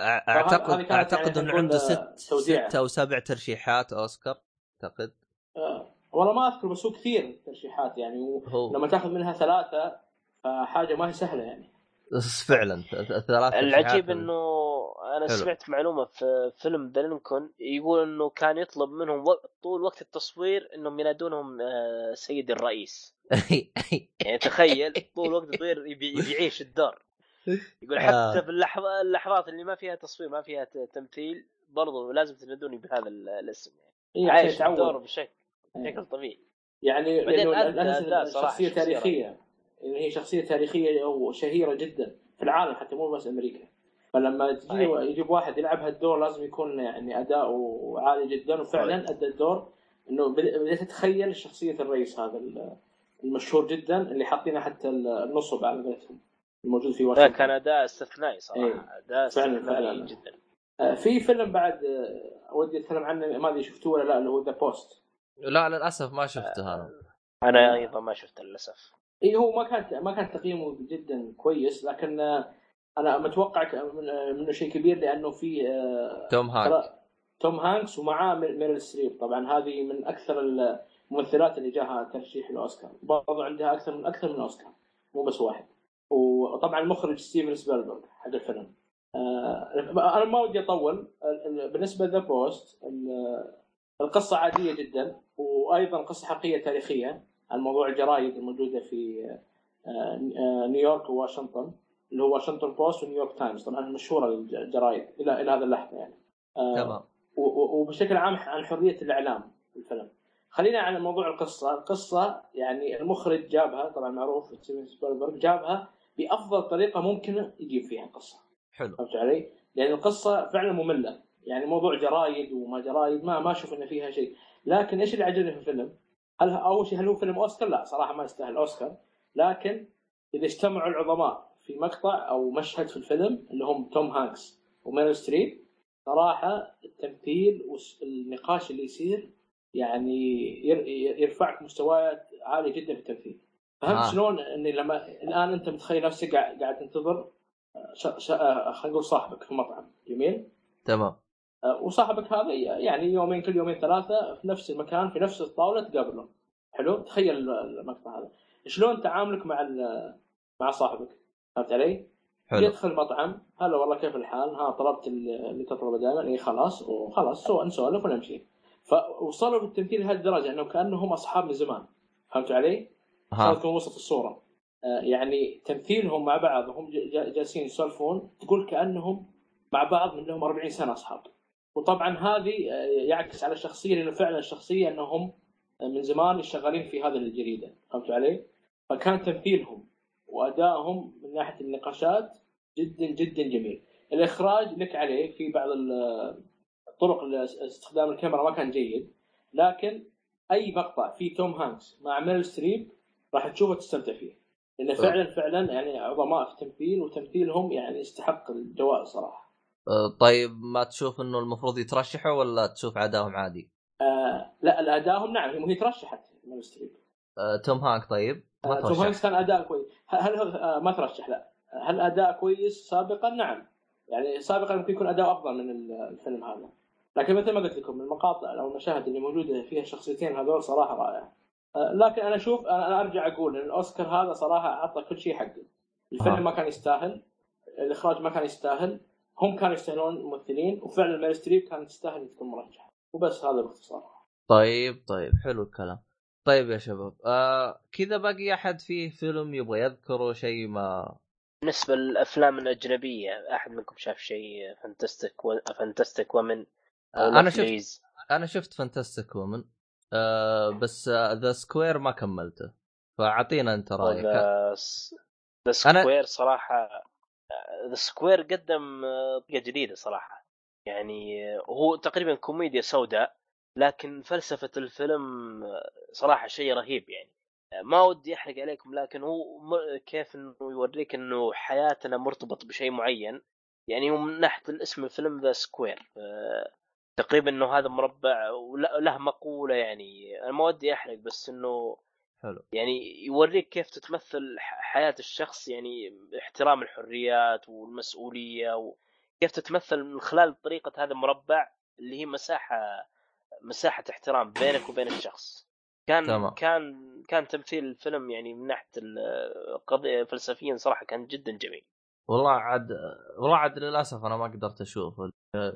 S1: اعتقد انه عنده 6 أو 7 ترشيحات اوسكار اعتقد.
S2: والله ما اذكر بس هو كثير ترشيحات يعني لما تاخذ منها 3 فحاجه ما هي سهله يعني
S1: فعلا 3.
S3: العجيب انه انا سمعت معلومه في فيلم لينكولن يقول انه كان يطلب منهم طول وقت التصوير انهم ينادونهم سيد الرئيس. يعني تخيل طول وقت التصوير يعيش الدور. يقول حتى في اللحظات اللي ما فيها تصوير ما فيها تمثيل برضو لازم تنادوني بهذا الاسم يعني عايش الدور بشكل طبيعي يعني
S2: شخصية تاريخية يعني هي شخصية تاريخية أو شهيرة جدا في العالم حتى مو بس أمريكا فلما يجيب واحد يلعب هالدور لازم يكون يعني أداؤه عالي جدا وفعلا أدى الدور إنه بدأت تتخيل شخصية الرئيس هذا المشهور جدا اللي حاطينه حتى النصب على قولتهم الموجود في واشنطن.
S3: كان أداء استثنائي صراحة أداء استثنائي جدا.
S2: في فيلم بعد ودي أتكلم عنه ما أدري شفتوه ولا لا اللي هو ذا بوست.
S1: لا للأسف ما شفته أنا.
S3: انا ايضا ما شفت للاسف.
S2: اي هو ما كان تقييمه جدا كويس، لكن انا متوقع منه شيء كبير، لانه في
S1: توم هانك.
S2: توم هانكس ومعاه ميريل ستريب. طبعا هذه من اكثر الممثلات اللي جاها ترشيح الاوسكار، برضو عندها اكثر من اوسكار، مو بس واحد. وطبعا المخرج ستيفن سبيلبرغ حق الفيلم. انا ما ودي اطول. بالنسبه ذا بوست، القصه عاديه جدا، وايضا قصه حقيقيه تاريخيه عن موضوع الجرايد الموجوده في نيويورك وواشنطن، اللي هو واشنطن بوست ونيويورك تايمز. طبعا مشهوره الجرايد الى هذا اللحظه يعني.
S1: تمام.
S2: وبشكل عام عن حريه الاعلام في الفيلم. خلينا عن موضوع القصه يعني المخرج جابها، طبعا معروف ستيفن سبيلبرغ جابها بافضل طريقه ممكنه يجيب فيها القصه.
S1: حلو.
S2: فهمت علي؟ لان القصه فعلا ممله، يعني موضوع جرايد وما جرايد ما اشوف ان فيها شيء. لكن ايش اللي عجبني في الفيلم؟ اول شيء، هل هو فيلم اوسكار؟ لا صراحه ما يستاهل اوسكار. لكن اذا اجتمعوا العظماء في مقطع او مشهد في الفيلم اللي هم توم هانكس وميريل ستريب، صراحه التمثيل والنقاش اللي يصير يعني يرفعك مستويات عاليه جدا في التمثيل. فهمت شلون؟ اني لما الان انت متخيل نفسك قاعد تنتظر خلينا نقول صاحبك في مطعم جميل.
S1: تمام.
S2: وصاحبك هذا يعني يومين، كل يومين ثلاثة في نفس المكان في نفس الطاولة تقابلون. حلو. تخيل المقطع هذا شلون تعاملك مع صاحبك. فهمت علي؟
S1: حلو.
S2: يدخل مطعم، هلا والله كيف الحال، ها طلبت اللي تطلبه دائما، اي خلاص وخلاص نسولف ونمشي. فوصلوا بالتمثيل لهذه الدرجة انه كأنهم اصحاب من زمان. فهمت علي؟ عشان تكون وسط الصورة. يعني تمثيلهم مع بعض وهم جالسين يسولفون، تقول كأنهم مع بعض من لهم 40 سنة أصحاب. وطبعا هذه يعكس على الشخصية، لأنه فعلا الشخصية أنهم من زمان شغالين في هذه الجريدة. فهمت علي؟ فكان تمثيلهم وأدائهم من ناحية النقاشات جدا جدا جميل. الإخراج لك عليه في بعض الطرق، استخدام الكاميرا ما كان جيد، لكن أي مقطع فيه توم هانكس مع ميريل ستريب راح تشوفه تستمتع فيه، لأنه فعلا يعني عظماء في التمثيل، وتمثيلهم يعني يستحق الجوائز صراحة.
S1: طيب ما تشوف انه المفروض يترشحوا ولا تشوف عداهم عادي؟
S2: لا الادائهم نعم، هي ترشحت ميريل ستريب.
S1: توم هانك طيب ما
S2: توم
S1: ترشح؟
S2: هانكس كان اداء كويس. هل ما ترشح؟ لا. هل اداء كويس سابقا؟ نعم. يعني سابقا ممكن يكون اداء افضل من الفيلم هذا، لكن مثل ما قلت لكم المقاطع او المشاهد اللي موجوده فيها الشخصيتين هذول صراحه رائعه. لكن انا اشوف، انا ارجع اقول ان الاوسكار هذا صراحه اعطى كل شيء حقه. الفيلم ما كان يستاهل، الاخراج ما كان يستاهل، هم كانوا يستاهلون الممثلين، وفعلا ميريل ستريب كانت تستاهل تكون مرشحه. وبس هذا باختصار.
S1: طيب حلو الكلام. طيب يا شباب كذا باقي احد فيه فيلم يبغى يذكره شيء؟ ما
S3: بالنسبة للأفلام الأجنبية أحد منكم شاف شيء فانتستيك ومن أو
S1: انا شفت فانتاستيك وومن بس ذا سكوير ما كملته، فاعطينا انت رايك.
S3: ذا سكوير صراحة ذا سكوير قدم طريقة جديدة صراحة. يعني هو تقريبا كوميديا سوداء، لكن فلسفة الفيلم صراحة شيء رهيب. يعني ما ودي أحرق عليكم، لكن هو كيف إنه يوريك إنه حياتنا مرتبط بشيء معين. يعني هو من ناحية الاسم الفيلم ذا سكوير تقريبا إنه هذا مربع وله مقولة. يعني أنا ما ودي أحرق، بس إنه
S1: حلو.
S3: يعني يوريك كيف تتمثل حياة الشخص، يعني احترام الحريات والمسؤولية، وكيف تتمثل من خلال طريقة هذا المربع اللي هي مساحة احترام بينك وبين الشخص.
S1: تمام.
S3: كان تمثيل الفيلم يعني من ناحية القضية فلسفيا صراحة كان جدا جميل.
S1: والله عاد للاسف انا ما قدرت اشوفه،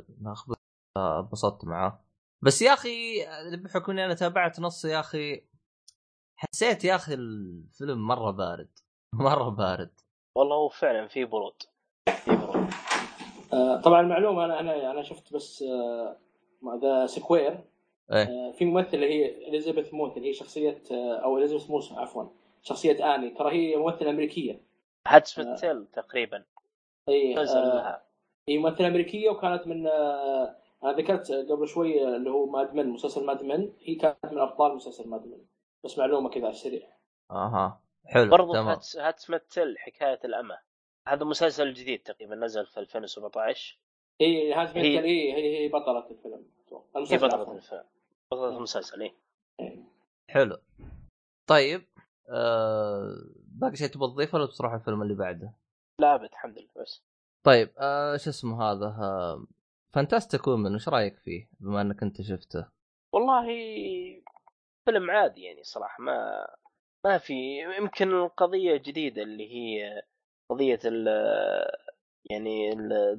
S1: انبسطت معاه. بس يا اخي بحكم اني انا تابعت نص، يا اخي حسيت يا اخي الفيلم مره بارد مره بارد.
S3: والله هو فعلا في برود.
S2: طبعا المعلومه، انا شفت بس ذا سكوير.
S1: ايه.
S2: في ممثله اللي هي اليزابيث موت، اللي هي شخصيه او اليزابيث موس عفوا، شخصيه اني، ترى هي ممثله امريكيه.
S3: هاتسبتل تقريبا.
S2: اي هي ممثله امريكيه، وكانت من انا ذكرت قبل شوي اللي هو مادمن، مسلسل مادمن، هي كانت من ابطال مسلسل مادمن. بس معلومه كذا على السريع.
S1: حلو.
S3: برضو
S1: تمام.
S3: هاتسمتل حكاية الأمة، هذا مسلسل جديد تقريبا نزل في 2017.
S2: اي هاتسمتل هي بطلة الفيلم.
S3: هي بطلة الفيلم، بطلة المسلسل.
S1: حلو. طيب باقي شيء تبغى تضيفه ولا بتروح الفيلم اللي بعده؟
S3: لا ابد الحمد لله بس.
S1: طيب شو اسمه هذا فانتاستيك وومن وش رايك فيه بما انك انت شفته؟
S3: والله فيلم عادي يعني صراحة ما في يمكن القضية جديدة اللي هي قضية يعني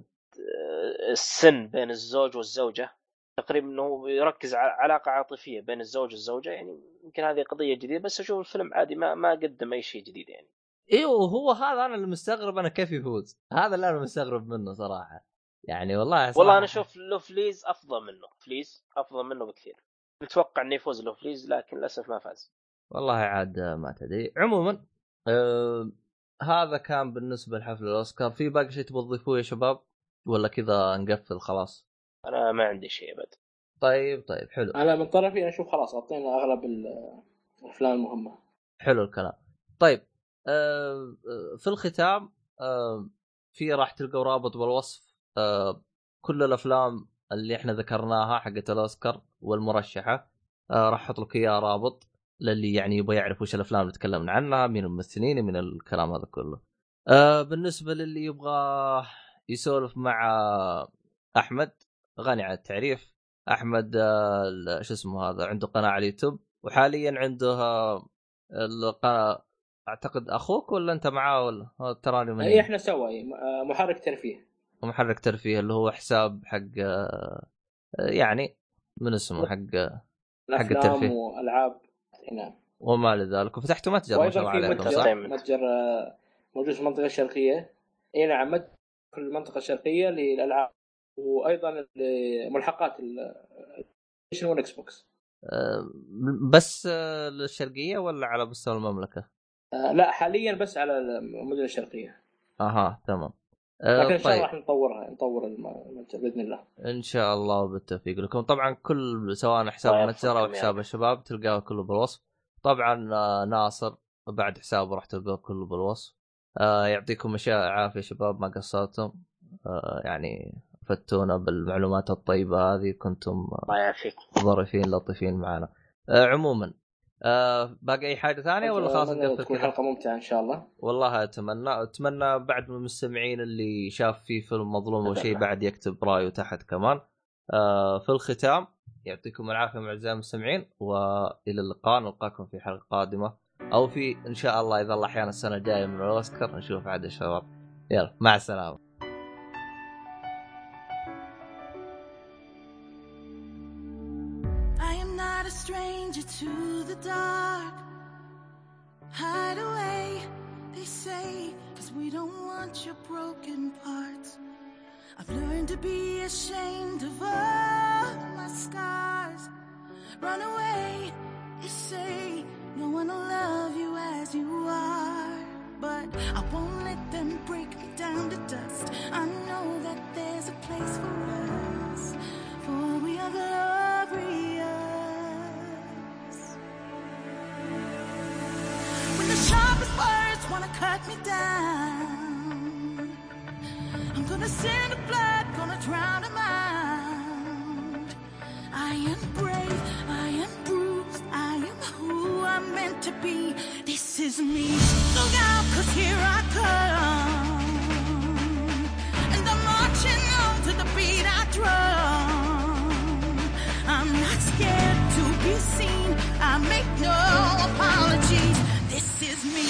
S3: السن بين الزوج والزوجة تقريبا انه يركز على علاقة عاطفية بين الزوج والزوجة يعني يمكن هذه قضية جديدة بس اشوف الفيلم عادي ما قدم اي شيء جديد يعني.
S1: ايوه هو هذا انا اللي مستغرب انا كيف يفوز هذا اللي انا مستغرب منه صراحة يعني والله
S3: والله انا اشوف لو فليز افضل منه بكثير. نتوقع انه يفوز لو فليز لكن للاسف ما فاز.
S1: والله عاد ما تدري عموما هذا كان بالنسبة لحفل الأوسكار. في باقي شيء تبغى تضيفوه يا شباب ولا كذا نقفل خلاص؟
S3: انا ما عندي شيء ابد.
S1: طيب حلو.
S2: انا من طرفي انا اشوف خلاص غطينا اغلب الافلام المهمه.
S1: حلو الكلام. طيب في الختام في راح تلقوا رابط بالوصف كل الافلام اللي احنا ذكرناها حقت الاوسكار والمرشحه راح احط لك اياها رابط للي يعني يبغى يعرف وش الافلام اللي تكلمنا عنها من الممثلين من الكلام هذا كله. بالنسبه للي يبغى يسولف مع احمد غني عن التعريف. احمد شو اسمه هذا عنده قناه على اليوتيوب وحاليا عنده القناه اعتقد اخوك ولا انت معاه ولا تراني من
S2: احنا سوا
S1: محرك ترفيه اللي هو حساب حق يعني من اسمه حق
S2: الافلام والعاب هنا
S1: وما لذلك. وفتحته متجر ما شاء الله عليكم صح؟
S2: متجر موجود في المنطقه الشرقيه. اي نعم متجر في المنطقه الشرقيه للالعاب وايضا ملحقات البلايستيشن والاكس بوكس.
S1: بس للشرقيه ولا على مستوى المملكه؟
S2: لا حاليا بس على المدن الشرقيه.
S1: تمام.
S2: لكن ان شاء الله راح نطور المتجر باذن الله
S1: ان شاء الله بالتوفيق لكم. طبعا كل سواء حساب المتجر او حساب الشباب تلقاه كله بالوصف. طبعا ناصر بعد حسابه راح تلقاه كله بالوصف. يعطيكم عافيه شباب ما قصرتم يعني فتونا بالمعلومات الطيبه هذه كنتم
S3: الله يعافيك
S1: ظريفين لطيفين معنا. عموما باقي اي حاجه ثانيه ولا خلاص نقفل
S2: تكون حلقه ممتعه ان شاء الله.
S1: والله اتمنى بعد من المستمعين اللي شاف فيه فيلم مظلوم وشيء بعد يكتب رايه تحت كمان. في الختام يعطيكم العافيه اعزائي المستمعين والى اللقاء. نلقاكم في حلقه قادمه او في ان شاء الله اذا الله احيانا السنه الجايه من الاوسكار نشوف عاد الشباب. يلا مع السلامه.
S4: Stranger to the dark, hide away, they say, 'cause we don't want your broken parts. I've learned to be ashamed of all my scars. Run away, they say, no one will love you as you are. But I won't let them break me down to dust. I know that there's a place for us, for we are glorious. Sharpest words wanna cut me down. I'm gonna send the blood, gonna drown them out. I am brave, I am bruised, I am who I'm meant to be. This is me. Look out, 'cause here I come. And I'm marching on to the beat I drum. I'm not scared to be seen, I make no apologies. This is me.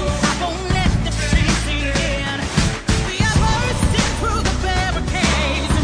S4: Through the barricades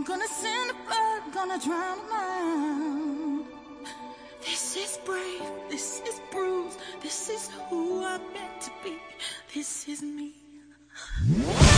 S4: I'm gonna send a blood, gonna drown a mind. This is brave, this is bruised, this is who I'm meant to be. This is me.